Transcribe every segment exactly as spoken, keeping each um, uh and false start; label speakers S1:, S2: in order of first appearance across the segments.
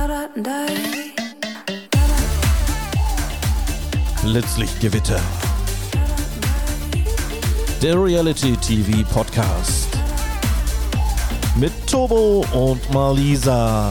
S1: Blitzlichtgewitter. Der Reality-T V-Podcast. Mit Tobo und Malisa.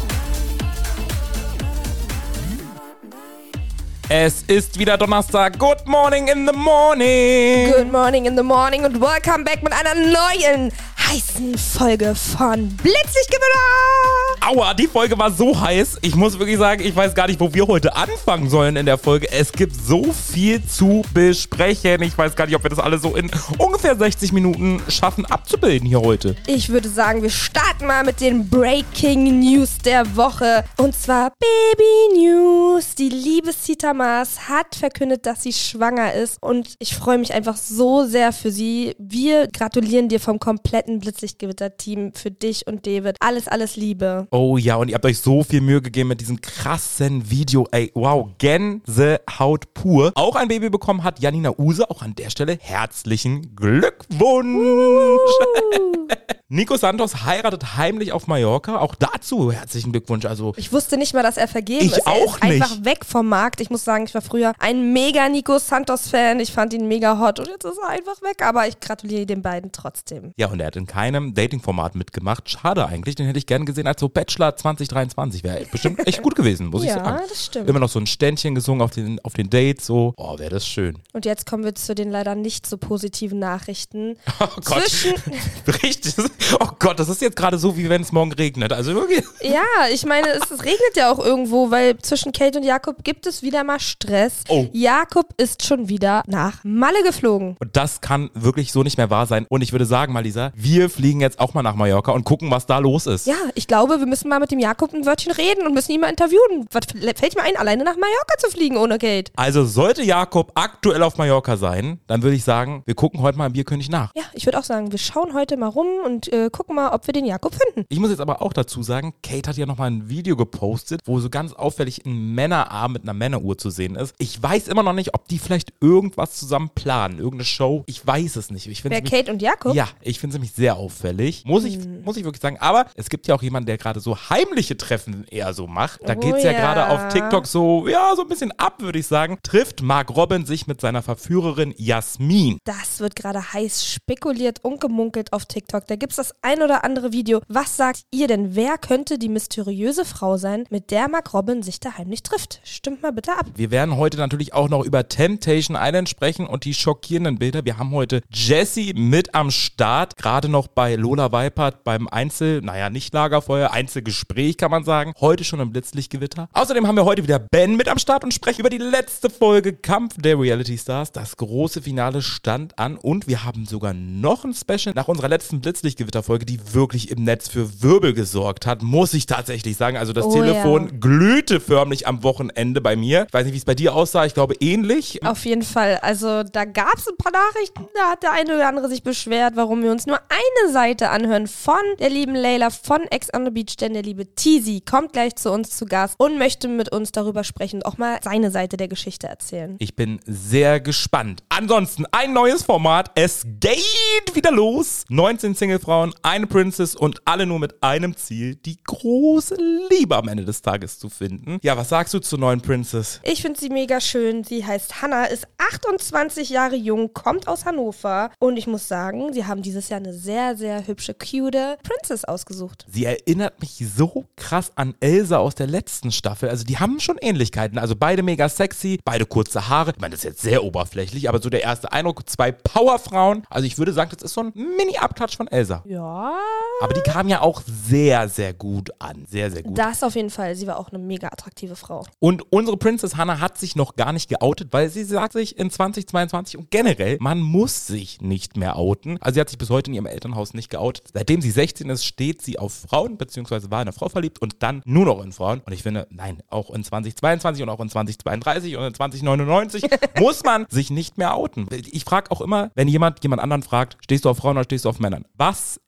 S2: Es ist wieder Donnerstag. Good morning in the morning.
S3: Good morning in the morning und welcome back mit einer neuen heißen Folge von Blitzlichtgewitter.
S2: Aua, die Folge war so heiß. Ich muss wirklich sagen, ich weiß gar nicht, wo wir heute anfangen sollen in der Folge. Es gibt so viel zu besprechen. Ich weiß gar nicht, ob wir das alles so in ungefähr sechzig Minuten schaffen abzubilden hier heute.
S3: Ich würde sagen, wir starten mal mit den Breaking News der Woche. Und zwar Baby News. Die liebe Sita Maas hat verkündet, dass sie schwanger ist. Und ich freue mich einfach so sehr für sie. Wir gratulieren dir vom kompletten Blitzlichtgewitter-Team, für dich und David. Alles, alles Liebe.
S2: Oh ja, und ihr habt euch so viel Mühe gegeben mit diesem krassen Video. Ey, wow, Gänsehaut pur. Auch ein Baby bekommen hat Janina Use. Auch an der Stelle herzlichen Glückwunsch. Uh. Nico Santos heiratet heimlich auf Mallorca. Auch dazu herzlichen Glückwunsch. Also
S3: ich wusste nicht mal, dass er vergeben
S2: ich
S3: ist. Er
S2: auch
S3: ist
S2: nicht.
S3: Einfach weg vom Markt. Ich muss sagen, ich war früher ein mega Nico Santos-Fan. Ich fand ihn mega hot und jetzt ist er einfach weg. Aber ich gratuliere den beiden trotzdem.
S2: Ja, und er hat in keinem Dating-Format mitgemacht. Schade eigentlich. Den hätte ich gern gesehen als so Bachelor zwanzig dreiundzwanzig. Wäre bestimmt echt gut gewesen, muss
S3: ja,
S2: ich sagen.
S3: Ja, das stimmt.
S2: Immer noch so ein Ständchen gesungen auf den, auf den Dates. So, oh, wäre das schön.
S3: Und jetzt kommen wir zu den leider nicht so positiven Nachrichten.
S2: Oh Gott. Zwischen Richtig. Oh Gott, das ist jetzt gerade so, wie wenn es morgen regnet. Also wirklich.
S3: Ja, ich meine, es, es regnet ja auch irgendwo, weil zwischen Kate und Jakob gibt es wieder mal Stress.
S2: Oh.
S3: Jakob ist schon wieder nach Malle geflogen.
S2: Und das kann wirklich so nicht mehr wahr sein. Und ich würde sagen, Malisa, wir fliegen jetzt auch mal nach Mallorca und gucken, was da los ist.
S3: Ja, ich glaube, wir müssen mal mit dem Jakob ein Wörtchen reden und müssen ihn mal interviewen. Was fällt mir ein, alleine nach Mallorca zu fliegen ohne Kate?
S2: Also sollte Jakob aktuell auf Mallorca sein, dann würde ich sagen, wir gucken heute mal im Bierkönig nach.
S3: Ja, ich würde auch sagen, wir schauen heute mal rum und äh, gucken mal, ob wir den Jakob finden.
S2: Ich muss jetzt aber auch dazu sagen, Kate hat ja nochmal ein Video gepostet, wo so ganz auffällig ein Männerarm mit einer Männeruhr zu sehen ist. Ich weiß immer noch nicht, ob die vielleicht irgendwas zusammen planen, irgendeine Show. Ich weiß es nicht. Ich
S3: Wer, Kate und Jakob?
S2: Ja, ich finde es nämlich sehr auffällig. Muss ich, hm. muss ich wirklich sagen. Aber es gibt ja auch jemanden, der gerade so heimliche Treffen eher so macht. Da
S3: oh,
S2: geht es ja,
S3: ja.
S2: gerade auf TikTok so, ja, so ein bisschen ab, würde ich sagen. Trifft Mark Robin sich mit seiner Verführerin Jasmin.
S3: Das wird gerade heiß spekuliert und gemunkelt auf TikTok. Da gibt es das ein oder andere Video. Was sagt ihr denn? Wer könnte die mysteriöse Frau sein, mit der Mark Robin sich da heimlich trifft? Stimmt mal bitte ab.
S2: Wir werden heute natürlich auch noch über Temptation Island sprechen und die schockierenden Bilder. Wir haben heute Jessie mit am Start, gerade noch bei Lola Weipert beim Einzel, naja, nicht Lagerfeuer, Einzelgespräch kann man sagen. Heute schon im Blitzlichtgewitter. Außerdem haben wir heute wieder Ben mit am Start und sprechen über die letzte Folge Kampf der Reality Stars. Das große Finale stand an und wir haben sogar noch ein Special nach unserer letzten Blitzlichtgewitter-Folge, die wirklich im Netz für Wirbel gesorgt hat, muss ich tatsächlich sagen. Also das
S3: oh,
S2: Telefon
S3: ja.
S2: glühte förmlich am Wochenende bei mir. Ich weiß nicht, wie es bei dir aussah. Ich glaube ähnlich.
S3: Auf jeden Fall. Also da gab es ein paar Nachrichten, da hat der eine oder andere sich beschwert, warum wir uns nur eine Seite anhören von der lieben Layla von Ex on the Beach, denn der liebe Teasy kommt gleich zu uns zu Gast und möchte mit uns darüber sprechen und auch mal seine Seite der Geschichte erzählen.
S2: Ich bin sehr gespannt. Ansonsten ein neues Format. Es geht wieder los. neunzehn Singlefrauen, eine Princess und alle nur mit einem Ziel, die große Liebe am Ende des Tages zu finden. Ja, was sagst du zur neuen Princess?
S3: Ich finde sie mega schön. Sie heißt Hannah, ist achtundzwanzig Jahre jung, kommt aus Hannover und ich muss sagen, sie haben dieses Jahr eine sehr, sehr hübsche, cute Princess ausgesucht.
S2: Sie erinnert mich so krass an Elsa aus der letzten Staffel. Also die haben schon Ähnlichkeiten. Also beide mega sexy, beide kurze Haare. Ich meine, das ist jetzt sehr oberflächlich, aber so der erste Eindruck, zwei Powerfrauen. Also ich würde sagen, das ist so ein Mini-Abklatsch von Elsa.
S3: Ja.
S2: Aber die kam ja auch sehr, sehr gut an. Sehr, sehr gut.
S3: Das auf jeden Fall. Sie war auch eine mega attraktive Frau.
S2: Und unsere Princess Hannah hat sich noch gar nicht geoutet, weil sie sagt sich in zwanzig zweiundzwanzig und generell, man muss sich nicht mehr outen. Also sie hat sich bis heute in ihrem Elternhaus nicht geoutet. Seitdem sie sechzehn ist, steht sie auf Frauen, beziehungsweise war in eine Frau verliebt und dann nur noch in Frauen. Und ich finde, nein, auch in zwanzig zweiundzwanzig und auch in zwanzig zweiunddreißig und in zwanzig neunundneunzig muss man sich nicht mehr outen. Ich frage auch immer, wenn jemand jemand anderen fragt, stehst du auf Frauen oder stehst du auf Männern? Was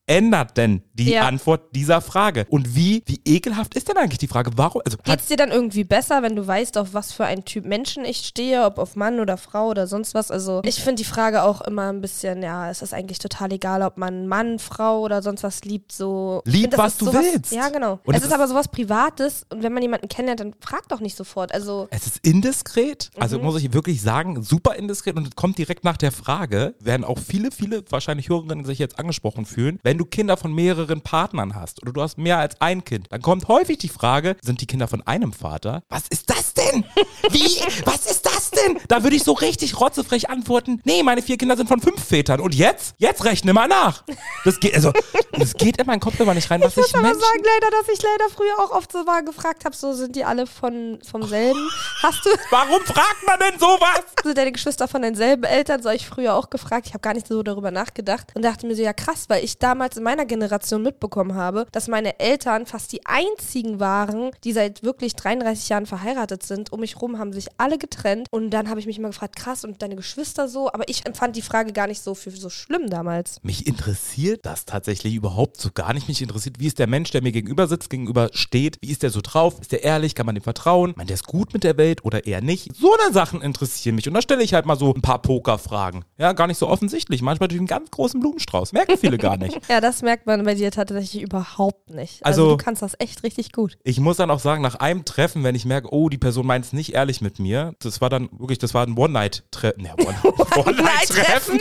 S2: ändert denn die
S3: Ja.
S2: Antwort dieser Frage? Und wie, wie ekelhaft ist denn eigentlich die Frage? Warum? Also, hat,
S3: Geht's dir dann irgendwie besser, wenn du weißt, auf was für ein Typ Menschen ich stehe, ob auf Mann oder Frau oder sonst was? Also ich finde die Frage auch immer ein bisschen, ja, es ist eigentlich total egal, ob man Mann, Frau oder sonst was liebt. So. Ich
S2: Lieb,
S3: find, das
S2: was
S3: ist
S2: du
S3: sowas,
S2: willst.
S3: Ja, genau.
S2: Und
S3: es
S2: es
S3: ist
S2: ist-
S3: aber sowas Privates und wenn man jemanden kennenlernt, dann frag doch nicht sofort. Also
S2: es ist indiskret, also
S3: Mhm.
S2: muss ich wirklich sagen, super indiskret und es kommt direkt nach der Frage, werden auch viele, viele wahrscheinlich Hörerinnen sich jetzt angesprochen fühlen, wenn du Kinder von mehreren Partnern hast oder du hast mehr als ein Kind, dann kommt häufig die Frage, sind die Kinder von einem Vater? Was ist das denn? Wie? Was ist das denn? Da würde ich so richtig rotzefrech antworten, nee, meine vier Kinder sind von fünf Vätern und jetzt? Jetzt rechne mal nach. Das geht, also, das geht in meinen Kopf immer nicht rein, was
S3: ich muss
S2: ich
S3: aber
S2: Menschen...
S3: sagen, leider, dass ich leider früher auch oft so mal gefragt habe, so sind die alle von vom selben? Hast du
S2: Warum fragt man denn sowas?
S3: so deine Geschwister von denselben Eltern? So habe ich früher auch gefragt. Ich habe gar nicht so darüber nachgedacht und dachte mir so, ja krass, weil ich damals in meiner Generation mitbekommen habe, dass meine Eltern fast die einzigen waren, die seit wirklich dreiunddreißig Jahren verheiratet sind. Um mich rum haben sich alle getrennt und dann habe ich mich immer gefragt, krass, und deine Geschwister so? Aber ich empfand die Frage gar nicht so für so schlimm damals.
S2: Mich interessiert das tatsächlich überhaupt so gar nicht. Mich interessiert, wie ist der Mensch, der mir gegenüber sitzt, gegenüber steht. Wie ist der so drauf? Ist der ehrlich? Kann man dem vertrauen? Meint der ist gut mit der Welt oder eher nicht? So eine Sachen interessieren mich. Und da stelle ich halt mal so ein paar Pokerfragen. Ja, gar nicht so offensichtlich. Manchmal durch einen ganz großen Blumenstrauß. Merken viele gar nicht.
S3: Ja, das merkt man bei dir tatsächlich überhaupt nicht. Also,
S2: Also-
S3: du kannst das echt richtig gut.
S2: Ich muss dann auch sagen, nach einem Treffen, wenn ich merke, oh, die Person meint es nicht ehrlich mit mir, das war dann wirklich, das war ein One-Night-Treffen. Ne, One-Night-Treffen.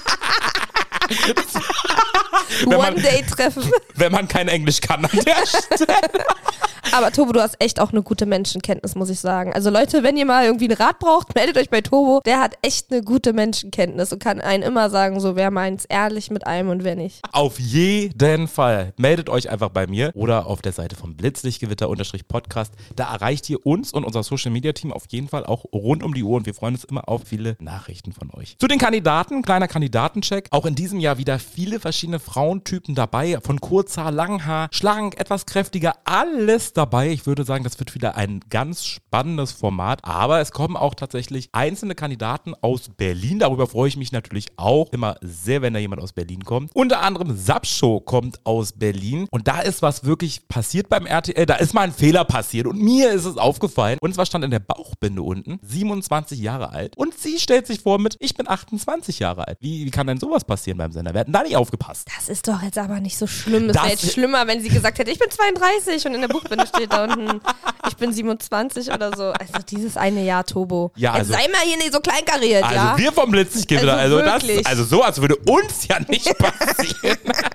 S2: Wenn man-
S3: One-Day-Treffen.
S2: Wenn man kein Englisch kann an der Stelle.
S3: Aber Tobo, du hast echt auch eine gute Menschenkenntnis, muss ich sagen. Also Leute, wenn ihr mal irgendwie einen Rat braucht, meldet euch bei Tobo. Der hat echt eine gute Menschenkenntnis und kann einen immer sagen, so wer meint's ehrlich mit einem und wer nicht.
S2: Auf jeden Fall. Meldet euch einfach bei mir oder auf der Seite vom Blitzlichtgewitter-Podcast. Da erreicht ihr uns und unser Social-Media-Team auf jeden Fall auch rund um die Uhr und wir freuen uns immer auf viele Nachrichten von euch. Zu den Kandidaten, kleiner Kandidatencheck. Auch in diesem Jahr wieder viele verschiedene Frauentypen dabei. Von Kurzhaar, Langhaar, schlank, etwas kräftiger, alles dabei. Ich würde sagen, das wird wieder ein ganz spannendes Format. Aber es kommen auch tatsächlich einzelne Kandidaten aus Berlin. Darüber freue ich mich natürlich auch immer sehr, wenn da jemand aus Berlin kommt. Unter anderem Sapshow kommt aus Berlin. Und da ist was wirklich passiert beim R T L. Da ist mal ein Fehler passiert. Und mir ist es aufgefallen. Und zwar stand in der Bauchbinde unten, siebenundzwanzig Jahre alt. Und sie stellt sich vor mit, ich bin achtundzwanzig Jahre alt. Wie, wie kann denn sowas passieren beim Sender? Wir hätten da nicht aufgepasst.
S3: Das ist doch jetzt aber nicht so schlimm. Es
S2: Das-
S3: wäre jetzt schlimmer, wenn sie gesagt hätte, ich bin zweiunddreißig und in der Buchbinde steht da unten, ich bin siebenundzwanzig oder so. Also dieses eine Jahr, Tobo.
S2: Ja,
S3: Jetzt
S2: also-
S3: sei mal hier nicht so kleinkariert,
S2: Also
S3: ja?
S2: wir vom Blitzlichtgewitter,
S3: Also
S2: also, das,
S3: wirklich.
S2: also sowas würde uns ja nicht passieren.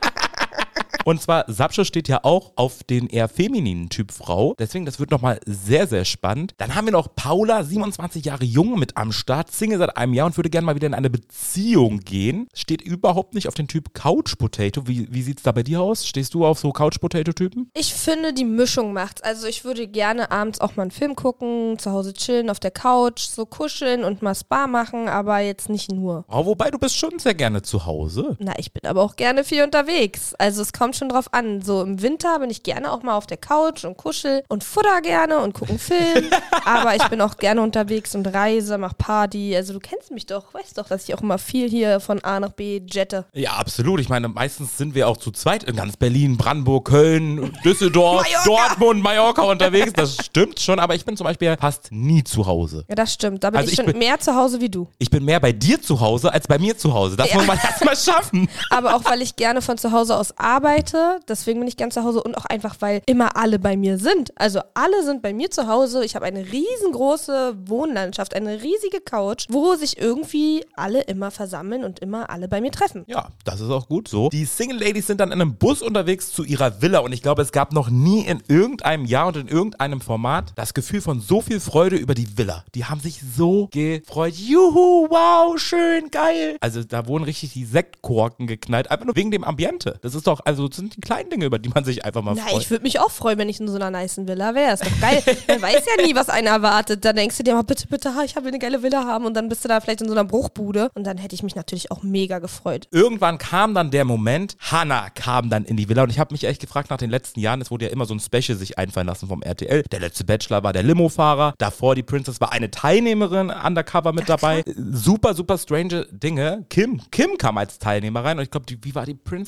S2: Und zwar, Sapshow steht ja auch auf den eher femininen Typ Frau. Deswegen, das wird nochmal sehr, sehr spannend. Dann haben wir noch Paula, siebenundzwanzig Jahre jung, mit am Start, Single seit einem Jahr und würde gerne mal wieder in eine Beziehung gehen. Steht überhaupt nicht auf den Typ Couch Potato. Wie, wie sieht's da bei dir aus? Stehst du auf so Couch Potato-Typen?
S3: Ich finde, die Mischung macht's. Also ich würde gerne abends auch mal einen Film gucken, zu Hause chillen, auf der Couch, so kuscheln und mal Spa machen, aber jetzt nicht nur.
S2: Oh, wobei, du bist schon sehr gerne zu Hause.
S3: Na, ich bin aber auch gerne viel unterwegs. Also es kommt schon drauf an. So im Winter bin ich gerne auch mal auf der Couch und kuschel und futter gerne und gucke einen Film. Aber ich bin auch gerne unterwegs und reise, mach Party. Also du kennst mich doch, weißt doch, dass ich auch immer viel hier von A nach B jette.
S2: Ja, absolut. Ich meine, meistens sind wir auch zu zweit in ganz Berlin, Brandenburg, Köln, Düsseldorf,
S3: Mallorca.
S2: Dortmund, Mallorca unterwegs. Das stimmt schon, aber ich bin zum Beispiel fast nie zu Hause.
S3: Ja, das stimmt. Da bin
S2: Also
S3: ich
S2: ich
S3: schon
S2: bin-
S3: mehr zu Hause wie du.
S2: Ich bin mehr bei dir zu Hause als bei mir zu Hause. Das
S3: Ja.
S2: muss man erst mal schaffen.
S3: Aber auch, weil ich gerne von zu Hause aus arbeite. Deswegen bin ich gern zu Hause und auch einfach, weil immer alle bei mir sind. Also alle sind bei mir zu Hause. Ich habe eine riesengroße Wohnlandschaft, eine riesige Couch, wo sich irgendwie alle immer versammeln und immer alle bei mir treffen.
S2: Ja, das ist auch gut so. Die Single Ladies sind dann in einem Bus unterwegs zu ihrer Villa und ich glaube, es gab noch nie in irgendeinem Jahr und in irgendeinem Format das Gefühl von so viel Freude über die Villa. Die haben sich so gefreut. Juhu, wow, schön, geil. Also da wurden richtig die Sektkorken geknallt, einfach nur wegen dem Ambiente. Das ist doch, also das sind die kleinen Dinge, über die man sich einfach mal
S3: Na,
S2: freut.
S3: ich würde mich auch freuen, wenn ich in so einer nicen Villa wäre. Ist doch geil. Man weiß ja nie, was einen erwartet. Dann denkst du dir mal, bitte, bitte, ich will eine geile Villa haben und dann bist du da vielleicht in so einer Bruchbude und dann hätte ich mich natürlich auch mega gefreut.
S2: Irgendwann kam dann der Moment, Hannah kam dann in die Villa und ich habe mich echt gefragt nach den letzten Jahren, es wurde ja immer so ein Special sich einfallen lassen vom R T L. Der letzte Bachelor war der Limo-Fahrer, davor die Princess war eine Teilnehmerin undercover mit dabei. Super, super strange Dinge. Kim, Kim kam als Teilnehmer rein und ich glaube, wie war die Princess?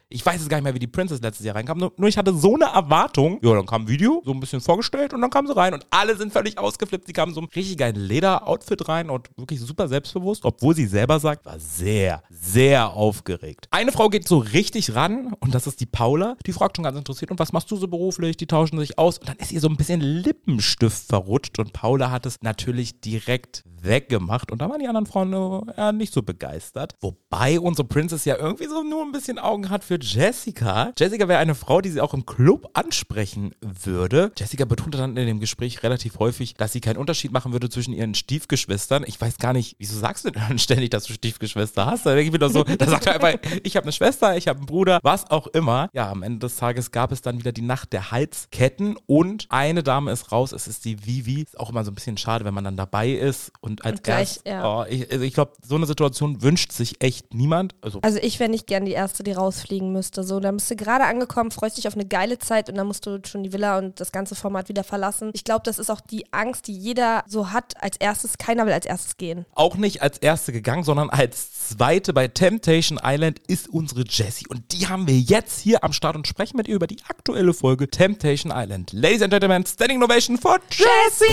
S2: Ich weiß jetzt gar nicht mehr, wie die Princess letztes Jahr reinkam, nur, nur ich hatte so eine Erwartung. Ja, dann kam ein Video, so ein bisschen vorgestellt und dann kam sie rein und alle sind völlig ausgeflippt. Sie kam so ein richtig geiles Leder-Outfit rein und wirklich super selbstbewusst, obwohl sie selber sagt, war sehr, sehr aufgeregt. Eine Frau geht so richtig ran und das ist die Paula. Die fragt schon ganz interessiert, und was machst du so beruflich? Die tauschen sich aus und dann ist ihr so ein bisschen Lippenstift verrutscht und Paula hat es natürlich direkt weggemacht und da waren die anderen Frauen äh, ja, nicht so begeistert. Wobei unsere Princess ja irgendwie so nur ein bisschen Augen hat für Jessica. Jessica wäre eine Frau, die sie auch im Club ansprechen würde. Jessica betonte dann in dem Gespräch relativ häufig, dass sie keinen Unterschied machen würde zwischen ihren Stiefgeschwistern. Ich weiß gar nicht, wieso sagst du denn dann ständig, dass du Stiefgeschwister hast? Da denke ich wieder so, da sagt er einfach, ich habe eine Schwester, ich habe einen Bruder, was auch immer. Ja, am Ende des Tages gab es dann wieder die Nacht der Halsketten und eine Dame ist raus, es ist die Vivi. Ist auch immer so ein bisschen schade, wenn man dann dabei ist und als
S3: und gleich,
S2: erst,
S3: ja.
S2: oh, ich, also ich glaube, so eine Situation wünscht sich echt niemand. Also,
S3: also ich wäre nicht gern die Erste, die rausfliegen müsste. So, da bist du gerade angekommen, freust dich auf eine geile Zeit und dann musst du schon die Villa und das ganze Format wieder verlassen. Ich glaube, das ist auch die Angst, die jeder so hat als erstes. Keiner will als erstes gehen.
S2: Auch nicht als Erste gegangen, sondern als Zweite bei Temptation Island ist unsere Jessie. Und die haben wir jetzt hier am Start und sprechen mit ihr über die aktuelle Folge Temptation Island. Ladies and Gentlemen, Standing Ovation for Jessie!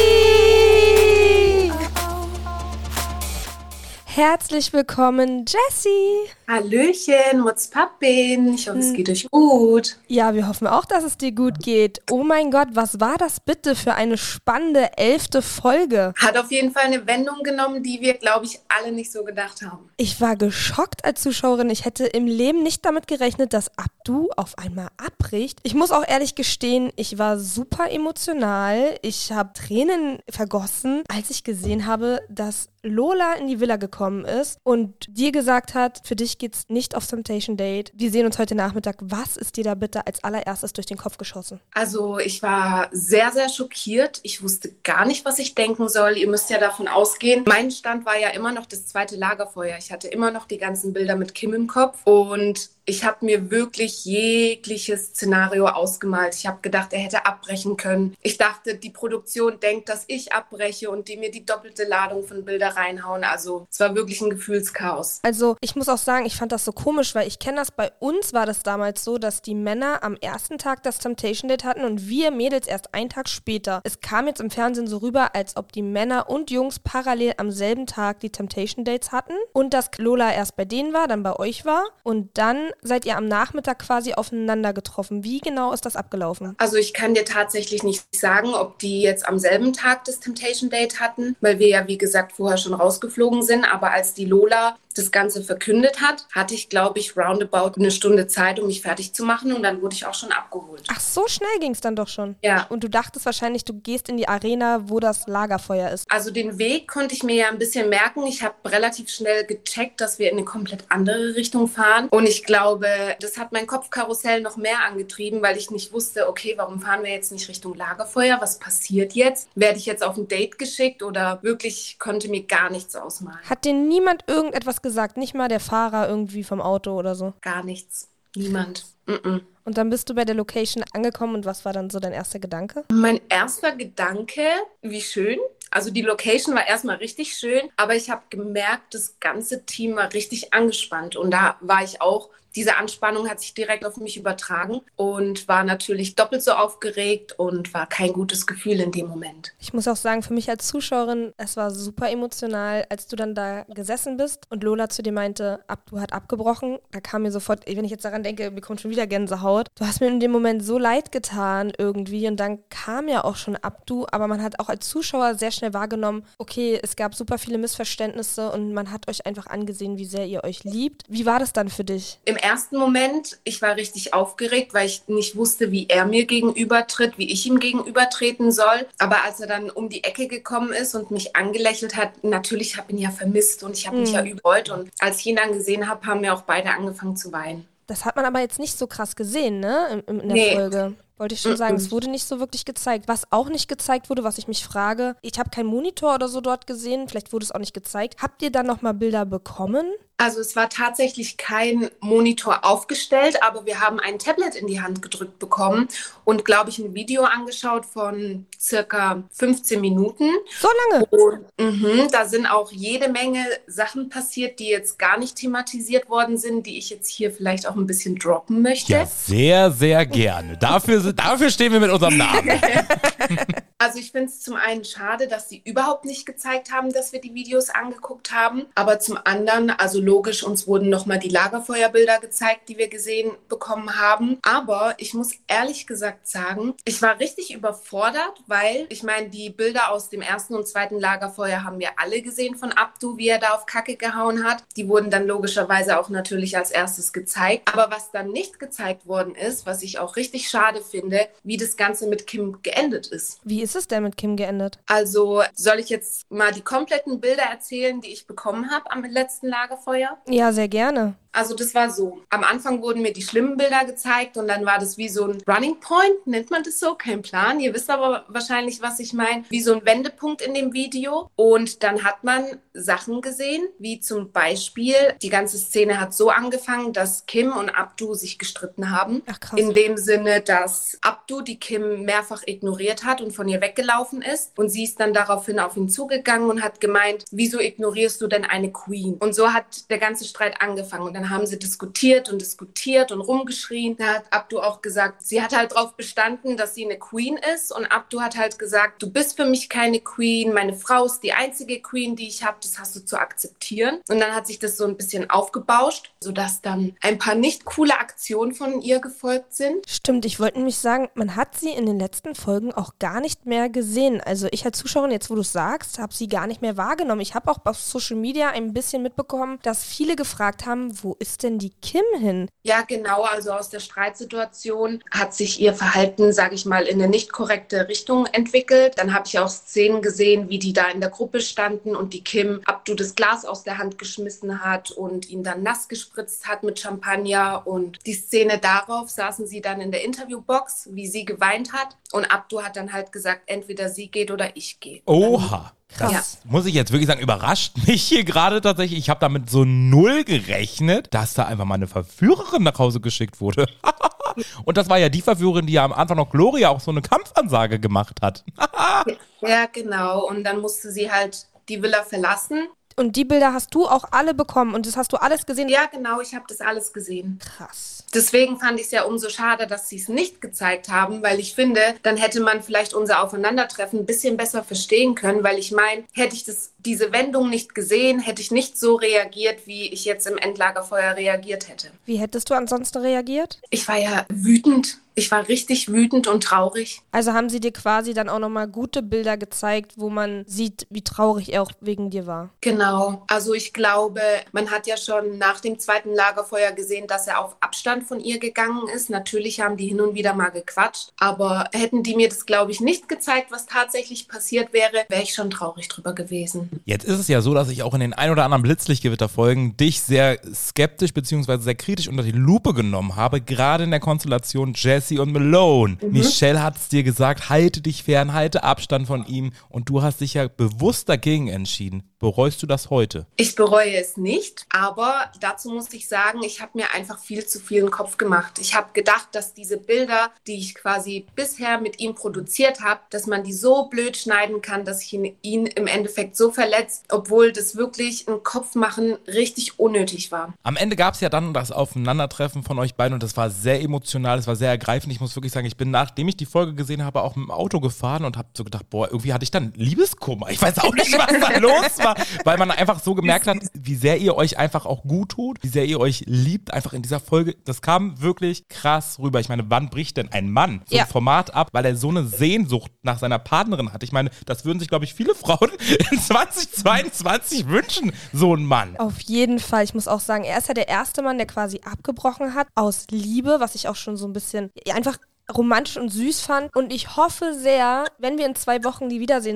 S3: Herzlich willkommen, Jessie.
S4: Hallöchen, Mutz Pappin. Ich hoffe, es geht euch gut.
S3: Ja, wir hoffen auch, dass es dir gut geht. Oh mein Gott, was war das bitte für eine spannende elfte Folge?
S4: Hat auf jeden Fall eine Wendung genommen, die wir, glaube ich, alle nicht so gedacht haben.
S3: Ich war geschockt als Zuschauerin. Ich hätte im Leben nicht damit gerechnet, dass Abdu auf einmal abbricht. Ich muss auch ehrlich gestehen, ich war super emotional. Ich habe Tränen vergossen, als ich gesehen habe, dass Lola in die Villa gekommen ist und dir gesagt hat, für dich geht's nicht auf Temptation Date. Wir sehen uns heute Nachmittag. Was ist dir da bitte als allererstes durch den Kopf geschossen?
S4: Also ich war sehr, sehr schockiert. Ich wusste gar nicht, was ich denken soll. Ihr müsst ja davon ausgehen. Mein Stand war ja immer noch das zweite Lagerfeuer. Ich hatte immer noch die ganzen Bilder mit Kim im Kopf und ich habe mir wirklich jegliches Szenario ausgemalt. Ich habe gedacht, er hätte abbrechen können. Ich dachte, die Produktion denkt, dass ich abbreche und die mir die doppelte Ladung von Bildern reinhauen. Also es war wirklich ein Gefühlschaos.
S3: Also ich muss auch sagen, ich fand das so komisch, weil ich kenne das, bei uns war das damals so, dass die Männer am ersten Tag das Temptation Date hatten und wir Mädels erst einen Tag später. Es kam jetzt im Fernsehen so rüber, als ob die Männer und Jungs parallel am selben Tag die Temptation Dates hatten und dass Lola erst bei denen war, dann bei euch war und dann seid ihr am Nachmittag quasi aufeinander getroffen. Wie genau ist das abgelaufen?
S4: Also ich kann dir tatsächlich nicht sagen, ob die jetzt am selben Tag das Temptation Date hatten, weil wir ja, wie gesagt, vorher schon rausgeflogen sind. Aber als die Lola das Ganze verkündet hat, hatte ich, glaube ich, roundabout eine Stunde Zeit, um mich fertig zu machen und dann wurde ich auch schon abgeholt.
S3: Ach, so schnell ging es dann doch schon?
S4: Ja.
S3: Und du dachtest wahrscheinlich, du gehst in die Arena, wo das Lagerfeuer ist.
S4: Also den Weg konnte ich mir ja ein bisschen merken. Ich habe relativ schnell gecheckt, dass wir in eine komplett andere Richtung fahren. Und ich glaube, das hat mein Kopfkarussell noch mehr angetrieben, weil ich nicht wusste, okay, warum fahren wir jetzt nicht Richtung Lagerfeuer? Was passiert jetzt? Werde ich jetzt auf ein Date geschickt oder wirklich konnte mir gar nichts ausmalen?
S3: Hat dir niemand irgendetwas gesagt? Nicht mal der Fahrer irgendwie vom Auto oder so?
S4: Gar nichts. Niemand. Mm-mm.
S3: Und dann bist du bei der Location angekommen und was war dann so dein erster Gedanke?
S4: Mein erster Gedanke, wie schön. Also die Location war erstmal richtig schön, aber ich habe gemerkt, das ganze Team war richtig angespannt und da war ich auch. Diese Anspannung hat sich direkt auf mich übertragen und war natürlich doppelt so aufgeregt und war kein gutes Gefühl in dem Moment.
S3: Ich muss auch sagen, für mich als Zuschauerin, es war super emotional, als du dann da gesessen bist und Lola zu dir meinte, Abdu hat abgebrochen. Da kam mir sofort, wenn ich jetzt daran denke, mir kommt schon wieder Gänsehaut. Du hast mir in dem Moment so leid getan irgendwie und dann kam ja auch schon Abdu, aber man hat auch als Zuschauer sehr schnell wahrgenommen, okay, es gab super viele Missverständnisse und man hat euch einfach angesehen, wie sehr ihr euch liebt. Wie war das dann für dich?
S4: Im ersten Moment, ich war richtig aufgeregt, weil ich nicht wusste, wie er mir gegenübertritt, wie ich ihm gegenübertreten soll. Aber als er dann um die Ecke gekommen ist und mich angelächelt hat, natürlich habe ich ihn ja vermisst und ich habe mich
S3: Mhm.
S4: ja überrollt. Und als ich ihn dann gesehen habe, haben wir auch beide angefangen zu weinen.
S3: Das hat man aber jetzt nicht so krass gesehen, ne, in, in der
S4: Nee.
S3: Folge. Wollte ich schon sagen,
S4: Mm-mm.
S3: es wurde nicht so wirklich gezeigt. Was auch nicht gezeigt wurde, was ich mich frage, ich habe keinen Monitor oder so dort gesehen, vielleicht wurde es auch nicht gezeigt. Habt ihr dann nochmal Bilder bekommen?
S4: Also es war tatsächlich kein Monitor aufgestellt, aber wir haben ein Tablet in die Hand gedrückt bekommen und, glaube ich, ein Video angeschaut von circa fünfzehn Minuten.
S3: So lange?
S4: Und mh, da sind auch jede Menge Sachen passiert, die jetzt gar nicht thematisiert worden sind, die ich jetzt hier vielleicht auch ein bisschen droppen möchte.
S2: Ja, sehr, sehr gerne. Dafür, dafür stehen wir mit unserem Namen.
S4: Also ich finde es zum einen schade, dass sie überhaupt nicht gezeigt haben, dass wir die Videos angeguckt haben. Aber zum anderen, also logisch, uns wurden nochmal die Lagerfeuerbilder gezeigt, die wir gesehen bekommen haben. Aber ich muss ehrlich gesagt sagen, ich war richtig überfordert, weil ich meine, die Bilder aus dem ersten und zweiten Lagerfeuer haben wir alle gesehen von Abdu, wie er da auf Kacke gehauen hat. Die wurden dann logischerweise auch natürlich als erstes gezeigt. Aber was dann nicht gezeigt worden ist, was ich auch richtig schade finde, wie das Ganze mit Kim geendet ist.
S3: Wie ist es denn mit Kim geendet?
S4: Also soll ich jetzt mal die kompletten Bilder erzählen, die ich bekommen habe am letzten Lagerfeuer?
S3: Ja, sehr gerne.
S4: Also das war so. Am Anfang wurden mir die schlimmen Bilder gezeigt und dann war das wie so ein Running Point, nennt man das so? Kein Plan. Ihr wisst aber wahrscheinlich, was ich meine. Wie so ein Wendepunkt in dem Video. Und dann hat man Sachen gesehen, wie zum Beispiel, die ganze Szene hat so angefangen, dass Kim und Abdu sich gestritten haben.
S3: Ach, krass.
S4: In dem Sinne, dass Abdu die Kim mehrfach ignoriert hat und von ihr weggelaufen ist. Und sie ist dann daraufhin auf ihn zugegangen und hat gemeint, wieso ignorierst du denn eine Queen? Und so hat der ganze Streit angefangen. Und dann haben sie diskutiert und diskutiert und rumgeschrien. Da hat Abdu auch gesagt, sie hat halt darauf bestanden, dass sie eine Queen ist. Und Abdu hat halt gesagt, du bist für mich keine Queen. Meine Frau ist die einzige Queen, die ich habe. Das hast du zu akzeptieren. Und dann hat sich das so ein bisschen aufgebauscht, sodass dann ein paar nicht coole Aktionen von ihr gefolgt sind.
S3: Stimmt, ich wollte nämlich sagen, man hat sie in den letzten Folgen auch gar nicht mehr gesehen. Also ich als Zuschauerin, jetzt wo du es sagst, habe sie gar nicht mehr wahrgenommen. Ich habe auch auf Social Media ein bisschen mitbekommen, dass viele gefragt haben, wo ist denn die Kim hin?
S4: Ja, genau. Also aus der Streitsituation hat sich ihr Verhalten, sage ich mal, in eine nicht korrekte Richtung entwickelt. Dann habe ich auch Szenen gesehen, wie die da in der Gruppe standen und die Kim Abdu das Glas aus der Hand geschmissen hat und ihn dann nass gespritzt hat mit Champagner. Und die Szene darauf saßen sie dann in der Interviewbox, wie sie geweint hat. Und Abdu hat dann halt gesagt, entweder sie geht oder ich gehe.
S2: Oha. Das
S3: Ja.
S2: muss ich jetzt wirklich sagen, überrascht mich hier gerade tatsächlich. Ich habe damit so null gerechnet, dass da einfach mal eine Verführerin nach Hause geschickt wurde. Und das war ja die Verführerin, die ja am Anfang noch Gloria auch so eine Kampfansage gemacht hat.
S4: Ja, genau. Und dann musste sie halt die Villa verlassen.
S3: Und die Bilder hast du auch alle bekommen und das hast du alles gesehen?
S4: Ja, genau. Ich habe das alles gesehen.
S3: Krass.
S4: Deswegen fand ich es ja umso schade, dass sie es nicht gezeigt haben, weil ich finde, dann hätte man vielleicht unser Aufeinandertreffen ein bisschen besser verstehen können, weil ich meine, hätte ich das, diese Wendung nicht gesehen, hätte ich nicht so reagiert, wie ich jetzt im Endlagerfeuer reagiert hätte.
S3: Wie hättest du ansonsten reagiert?
S4: Ich war ja wütend. Ich war richtig wütend und traurig.
S3: Also haben sie dir quasi dann auch nochmal gute Bilder gezeigt, wo man sieht, wie traurig er auch wegen dir war.
S4: Genau. Also ich glaube, man hat ja schon nach dem zweiten Lagerfeuer gesehen, dass er auf Abstand von ihr gegangen ist. Natürlich haben die hin und wieder mal gequatscht, aber hätten die mir das, glaube ich, nicht gezeigt, was tatsächlich passiert wäre, wäre ich schon traurig drüber gewesen.
S2: Jetzt ist es ja so, dass ich auch in den ein oder anderen Blitzlichtgewitter-Folgen dich sehr skeptisch bzw. sehr kritisch unter die Lupe genommen habe, gerade in der Konstellation Jessie und Malone. Mhm. Michelle hat es dir gesagt, halte dich fern, halte Abstand von ihm und du hast dich ja bewusst dagegen entschieden. Bereust du das heute?
S4: Ich bereue es nicht, aber dazu muss ich sagen, ich habe mir einfach viel zu viel im Kopf gemacht. Ich habe gedacht, dass diese Bilder, die ich quasi bisher mit ihm produziert habe, dass man die so blöd schneiden kann, dass ich ihn, ihn im Endeffekt so verletzt, obwohl das wirklich ein Kopfmachen richtig unnötig war.
S2: Am Ende gab es ja dann das Aufeinandertreffen von euch beiden und das war sehr emotional, das war sehr ergreifend. Ich muss wirklich sagen, ich bin, nachdem ich die Folge gesehen habe, auch mit dem Auto gefahren und habe so gedacht, boah, irgendwie hatte ich dann Liebeskummer. Ich weiß auch nicht, was da los war, weil man einfach so gemerkt hat, wie sehr ihr euch einfach auch gut tut, wie sehr ihr euch liebt, einfach in dieser Folge. Das kam wirklich krass rüber. Ich meine, wann bricht denn ein Mann so ein
S3: Ja.
S2: Format ab, weil er so eine Sehnsucht nach seiner Partnerin hat? Ich meine, das würden sich, glaube ich, viele Frauen in zwanzig zweiundzwanzig wünschen, so ein Mann.
S3: Auf jeden Fall. Ich muss auch sagen, er ist ja der erste Mann, der quasi abgebrochen hat aus Liebe, was ich auch schon so ein bisschen ja, einfach romantisch und süß fand. Und ich hoffe sehr, wenn wir in zwei Wochen die Wiedersehens